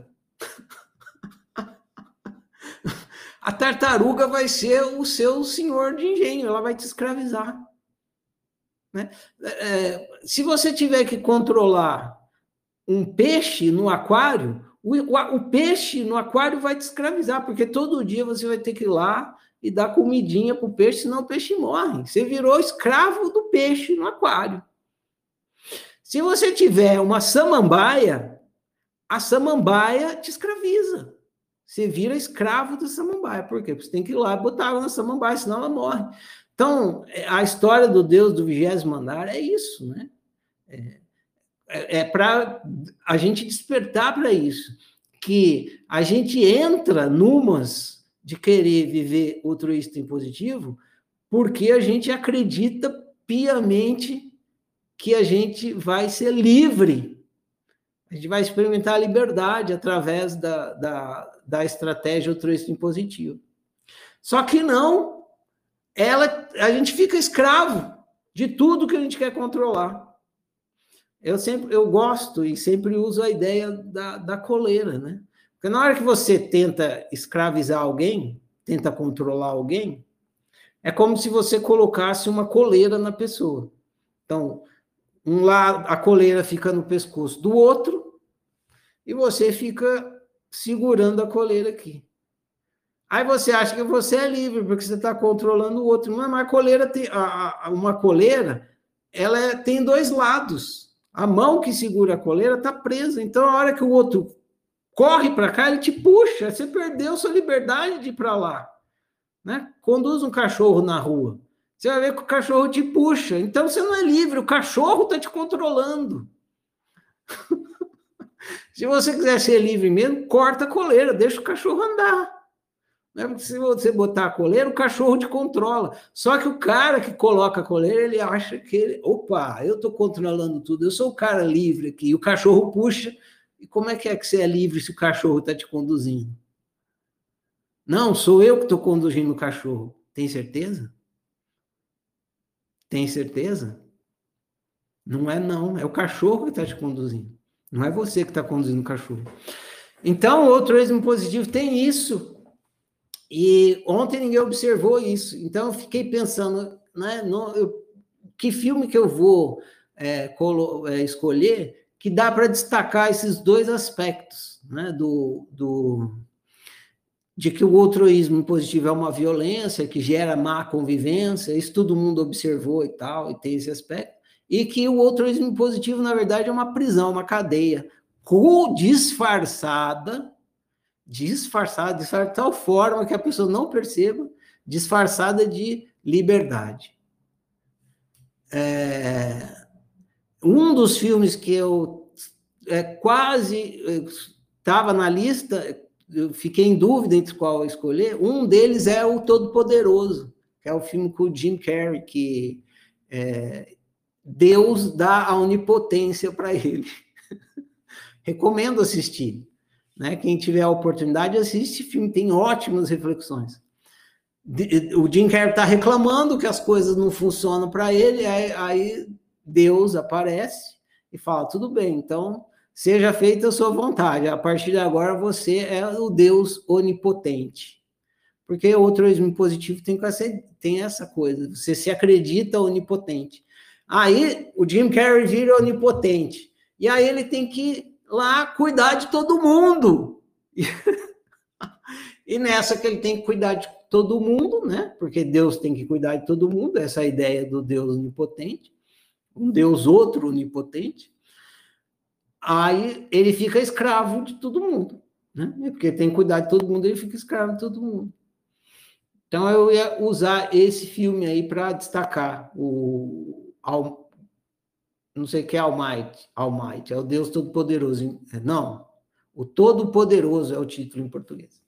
a tartaruga vai ser o seu senhor de engenho, ela vai te escravizar. Né? É, se você tiver que controlar um peixe no aquário, o, o, o peixe no aquário vai te escravizar, porque todo dia você vai ter que ir lá e dar comidinha para o peixe, senão o peixe morre. Você virou escravo do peixe no aquário. Se você tiver uma samambaia, a samambaia te escraviza. Você vira escravo da samambaia. Por quê? Porque você tem que ir lá e botar água na samambaia, senão ela morre. Então, a história do Deus do vigésimo andar é isso, né? É, é, é para a gente despertar para isso. Que a gente entra numas de querer viver altruísta e positivo porque a gente acredita piamente que a gente vai ser livre. A gente vai experimentar a liberdade através da, da, da estratégia altruísta positivo. Só que não, ela, a gente fica escravo de tudo que a gente quer controlar. Eu sempre, eu gosto e sempre uso a ideia da, da coleira, né? Porque na hora que você tenta escravizar alguém, tenta controlar alguém, é como se você colocasse uma coleira na pessoa. Então, um lado, a coleira fica no pescoço do outro, e você fica segurando a coleira aqui. Aí você acha que você é livre, porque você está controlando o outro. Mas a coleira tem, a, a, uma coleira, ela é, tem dois lados. A mão que segura a coleira está presa. Então, a hora que o outro corre para cá, ele te puxa. Você perdeu sua liberdade de ir para lá. Né? Conduz um cachorro na rua. Você vai ver que o cachorro te puxa. Então, você não é livre. O cachorro está te controlando. Se você quiser ser livre mesmo, corta a coleira. Deixa o cachorro andar. Né? Porque se você botar a coleira, o cachorro te controla. Só que o cara que coloca a coleira, ele acha que ele... Opa, eu estou controlando tudo. Eu sou o cara livre aqui. E o cachorro puxa. E como é que é que você é livre se o cachorro está te conduzindo? Não, sou eu que estou conduzindo o cachorro. Tem certeza? Tem certeza? Não é não, é o cachorro que está te conduzindo. Não é você que está conduzindo o cachorro. Então, o altruísmo positivo tem isso. E ontem ninguém observou isso. Então, eu fiquei pensando, né, no, eu, que filme que eu vou é, colo, é, escolher que dá para destacar esses dois aspectos, né, do, do, de que o altruísmo positivo é uma violência que gera má convivência, isso todo mundo observou e tal, e tem esse aspecto, e que o altruísmo positivo, na verdade, é uma prisão, uma cadeia, disfarçada, disfarçada, disfarçada de tal forma que a pessoa não perceba, disfarçada de liberdade. É, um dos filmes que eu é, quase estava na lista, eu fiquei em dúvida entre qual escolher, um deles é o Todo-Poderoso, que é o filme com o Jim Carrey, que é, Deus dá a onipotência para ele. Recomendo assistir. Né? Quem tiver a oportunidade, assiste esse filme, tem ótimas reflexões. O Jim Carrey está reclamando que as coisas não funcionam para ele, aí, aí Deus aparece e fala, tudo bem, então seja feita a sua vontade, a partir de agora você é o Deus onipotente. Porque o altruísmo positivo tem, tem essa coisa, você se acredita onipotente. Aí o Jim Carrey vira onipotente, e aí ele tem que lá cuidar de todo mundo. E nessa que ele tem que cuidar de todo mundo, né? Porque Deus tem que cuidar de todo mundo, essa é a ideia do Deus onipotente, um Deus outro onipotente. Aí ele fica escravo de todo mundo, né? Porque tem que cuidar de todo mundo, ele fica escravo de todo mundo. Então eu ia usar esse filme aí para destacar o não sei o que é Almighty, Almighty, é o Deus Todo-Poderoso. Não, o Todo-Poderoso é o título em português.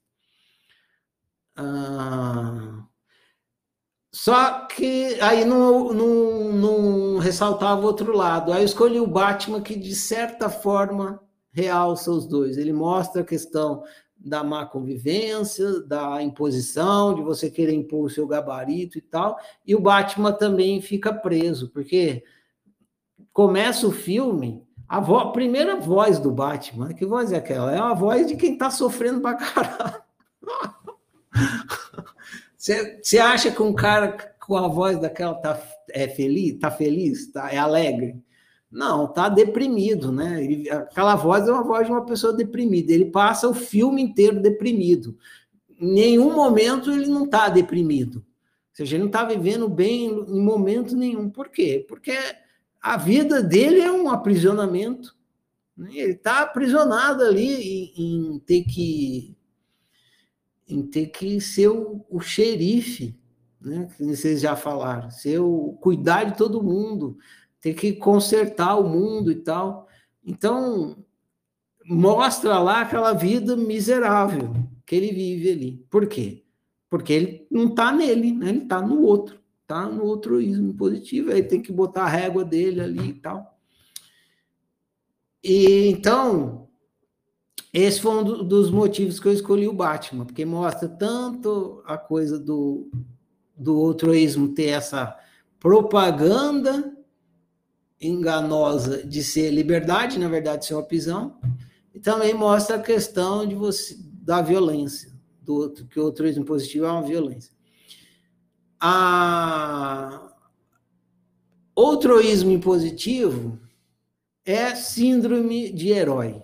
Ah, só que aí não, não, não ressaltava o outro lado. Aí eu escolhi o Batman, que de certa forma realça os dois. Ele mostra a questão da má convivência, da imposição, de você querer impor o seu gabarito e tal, e o Batman também fica preso, porque começa o filme, a, vo- a primeira voz do Batman, que voz é aquela? É a voz de quem está sofrendo pra caralho. Você acha que um cara com a voz daquela tá, é feliz, tá feliz, tá, é alegre? Não, tá deprimido, né? Ele, aquela voz é uma voz de uma pessoa deprimida. Ele passa o filme inteiro deprimido. Em nenhum momento ele não está deprimido. Ou seja, ele não está vivendo bem em momento nenhum. Por quê? Porque a vida dele é um aprisionamento. Ele está aprisionado ali em, em ter que em ter que ser o, o xerife, né? Que vocês já falaram, ser o, cuidar de todo mundo, ter que consertar o mundo e tal. Então, mostra lá aquela vida miserável que ele vive ali. Por quê? Porque ele não está nele, né? Ele está no outro, está no altruísmo positivo, aí tem que botar a régua dele ali e tal. E então, esse foi um dos motivos que eu escolhi o Batman, porque mostra tanto a coisa do, do altruísmo ter essa propaganda enganosa de ser liberdade, na verdade, ser uma prisão, e também mostra a questão de você, da violência, do outro, que o altruísmo positivo é uma violência. A... O altruísmo impositivo é síndrome de herói.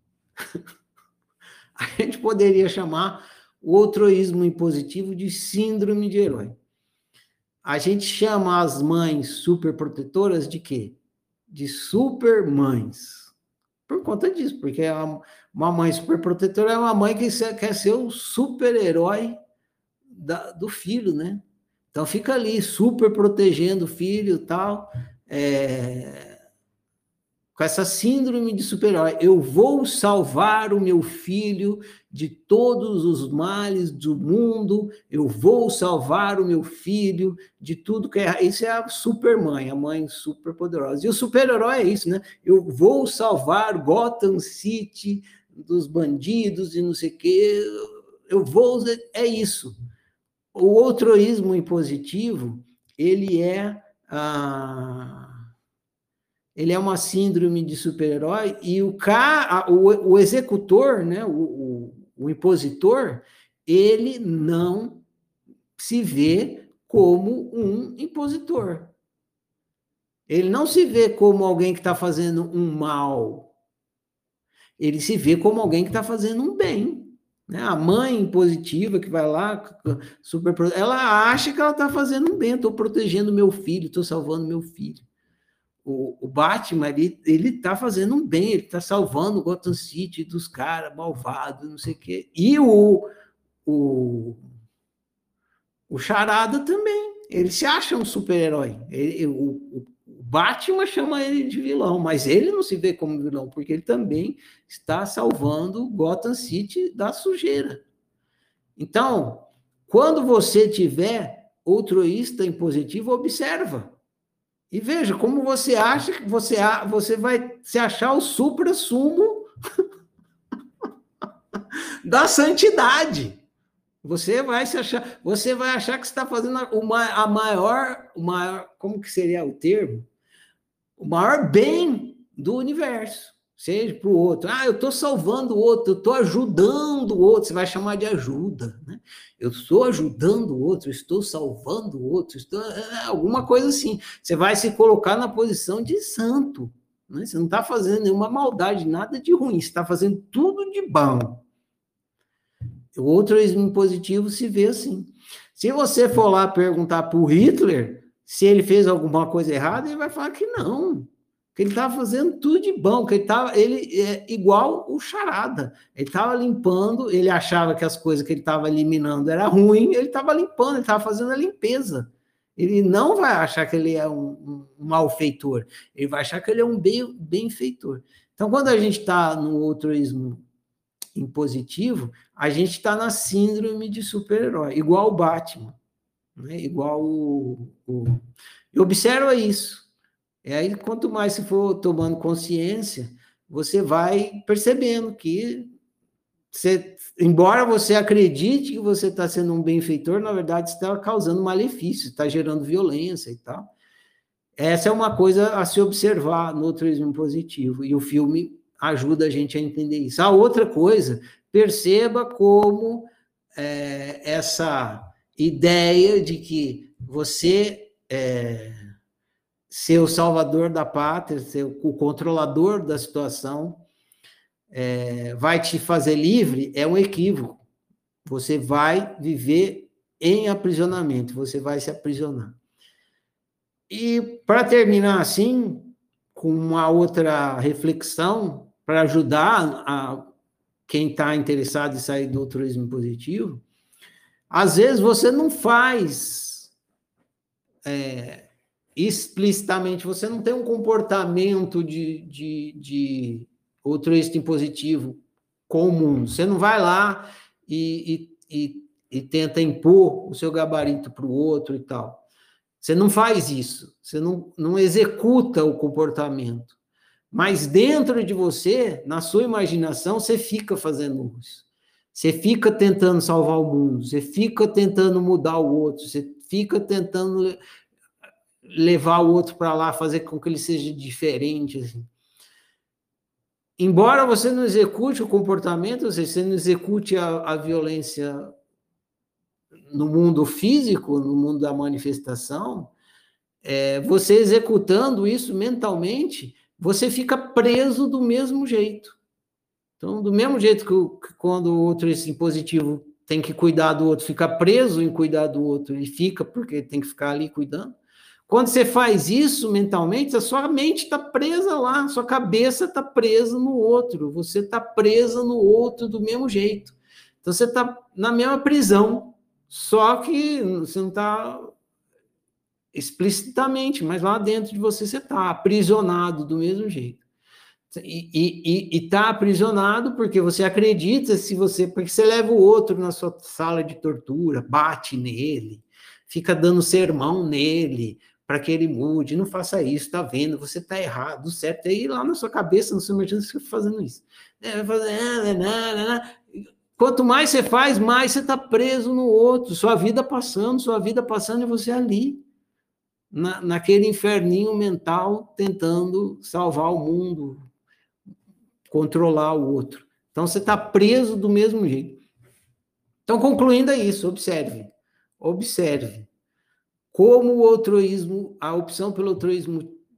A gente poderia chamar o altruísmo impositivo de síndrome de herói. A gente chama as mães superprotetoras de quê? De supermães. Por conta disso, porque uma mãe superprotetora é uma mãe que quer ser o super-herói do filho, né? Então fica ali super protegendo o filho e tal, é... com essa síndrome de super-herói. Eu vou salvar o meu filho de todos os males do mundo, eu vou salvar o meu filho de tudo que é... Isso é a supermãe, a mãe super poderosa. E o super-herói é isso, né? Eu vou salvar Gotham City dos bandidos e não sei o quê. Eu vou... É isso. O altruísmo impositivo, ele é... Ah, ele é uma síndrome de super-herói, e o, ca, o, o executor, né, o, o, o impositor, ele não se vê como um impositor. Ele não se vê como alguém que está fazendo um mal. Ele se vê como alguém que está fazendo um bem. Né? A mãe positiva que vai lá, super, ela acha que ela está fazendo um bem. Estou protegendo meu filho, estou salvando meu filho. O, o Batman, ele, ele tá fazendo um bem, ele está salvando o Gotham City dos caras malvados, não sei o quê. E o, o, o Charada também. Ele se acha um super-herói. O, o, o Batman chama ele de vilão, mas ele não se vê como vilão, porque ele também está salvando Gotham City da sujeira. Então, quando você tiver altruísta em positivo, observa. E veja como você acha que você, você vai se achar o supra-sumo da santidade. Você vai se achar, você vai achar que você está fazendo uma, a maior, o maior, como que seria o termo? O maior bem do universo, seja para o outro. Ah, eu estou salvando o outro, eu estou ajudando o outro, você vai chamar de ajuda, né? Eu estou ajudando o outro, estou salvando o outro, estou, alguma coisa assim. Você vai se colocar na posição de santo, né? Você não está fazendo nenhuma maldade, nada de ruim, você está fazendo tudo de bom. O altruísmo positivo se vê assim. Se você for lá perguntar para o Hitler se ele fez alguma coisa errada, ele vai falar que não, que ele estava fazendo tudo de bom, que ele estava ele, é, igual o Charada. Ele estava limpando, ele achava que as coisas que ele estava eliminando era ruim, ele estava limpando, ele estava fazendo a limpeza. Ele não vai achar que ele é um, um, um malfeitor, ele vai achar que ele é um bem, benfeitor. Então, quando a gente está no altruísmo em positivo, a gente está na síndrome de super-herói, igual o Batman, né? Igual o, o... E observa isso. E aí, quanto mais você for tomando consciência, você vai percebendo que, você, embora você acredite que você está sendo um benfeitor, na verdade, você está causando malefício, está gerando violência e tal. Essa é uma coisa a se observar no altruísmo positivo, e o filme ajuda a gente a entender isso. A outra coisa, perceba como é, essa ideia de que você é, ser o salvador da pátria, ser o controlador da situação, é, vai te fazer livre, é um equívoco. Você vai viver em aprisionamento, você vai se aprisionar. E para terminar assim, com uma outra reflexão, para ajudar a quem está interessado em sair do altruísmo positivo, às vezes você não faz é, explicitamente, você não tem um comportamento de, de, de altruísta positivo com o mundo. Você não vai lá e, e, e, e tenta impor o seu gabarito para o outro e tal. Você não faz isso, você não, não executa o comportamento. Mas dentro de você, na sua imaginação, você fica fazendo isso. Você fica tentando salvar o mundo, você fica tentando mudar o outro, você fica tentando levar o outro para lá, fazer com que ele seja diferente. Assim. Embora você não execute o comportamento, ou seja, você não execute a, a violência no mundo físico, no mundo da manifestação, é, você executando isso mentalmente, você fica preso do mesmo jeito. Então, do mesmo jeito que, que quando o outro esse positivo tem que cuidar do outro, fica preso em cuidar do outro, e fica porque tem que ficar ali cuidando. Quando você faz isso mentalmente, a sua mente está presa lá, a sua cabeça está presa no outro, você está presa no outro do mesmo jeito. Então, você está na mesma prisão, só que você não está explicitamente, mas lá dentro de você você está aprisionado do mesmo jeito. E está aprisionado porque você acredita, se você, porque você leva o outro na sua sala de tortura, bate nele, fica dando sermão nele, para que ele mude, não faça isso, está vendo, você está errado, certo? Aí lá na sua cabeça, no seu imaginação, você fica fazendo isso. É, fazendo, quanto mais você faz, mais você está preso no outro, sua vida passando, sua vida passando, e você ali, na, naquele inferninho mental, tentando salvar o mundo, controlar o outro. Então, você está preso do mesmo jeito. Então, concluindo é isso, observe. Observe como o altruísmo, a opção pelo altruísmo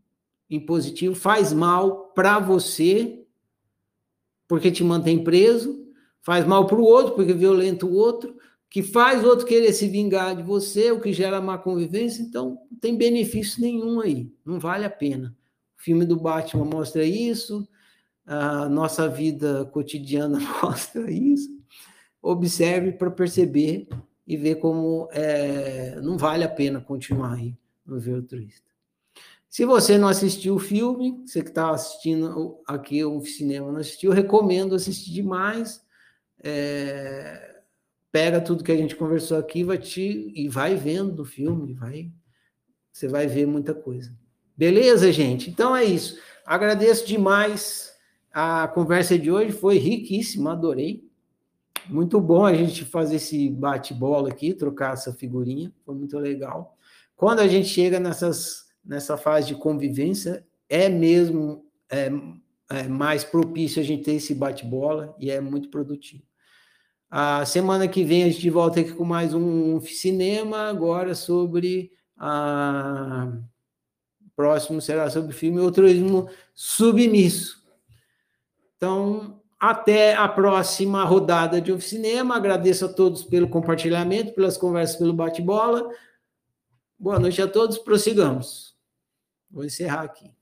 impositivo, faz mal para você, porque te mantém preso, faz mal para o outro, porque violenta o outro, que faz o outro querer se vingar de você, o que gera má convivência, então não tem benefício nenhum aí, não vale a pena. O filme do Batman mostra isso, a nossa vida cotidiana mostra isso, observe para perceber e ver como é, não vale a pena continuar aí no Ver Altruísta. Se você não assistiu o filme, você que está assistindo aqui o cinema não assistiu, eu recomendo assistir demais. É, pega tudo que a gente conversou aqui vai te, e vai vendo o filme, vai, você vai ver muita coisa. Beleza, gente? Então é isso. Agradeço demais a conversa de hoje, foi riquíssima, adorei. Muito bom a gente fazer esse bate-bola aqui, trocar essa figurinha, foi muito legal. Quando a gente chega nessas, nessa fase de convivência, é mesmo é, é mais propício a gente ter esse bate-bola e é muito produtivo. A semana que vem a gente volta aqui com mais um cinema, agora sobre a... o próximo será sobre o filme Altruísmo Submisso. Então, até a próxima rodada de Oficinema. Agradeço a todos pelo compartilhamento, pelas conversas, pelo bate-bola. Boa noite a todos, prossigamos. Vou encerrar aqui.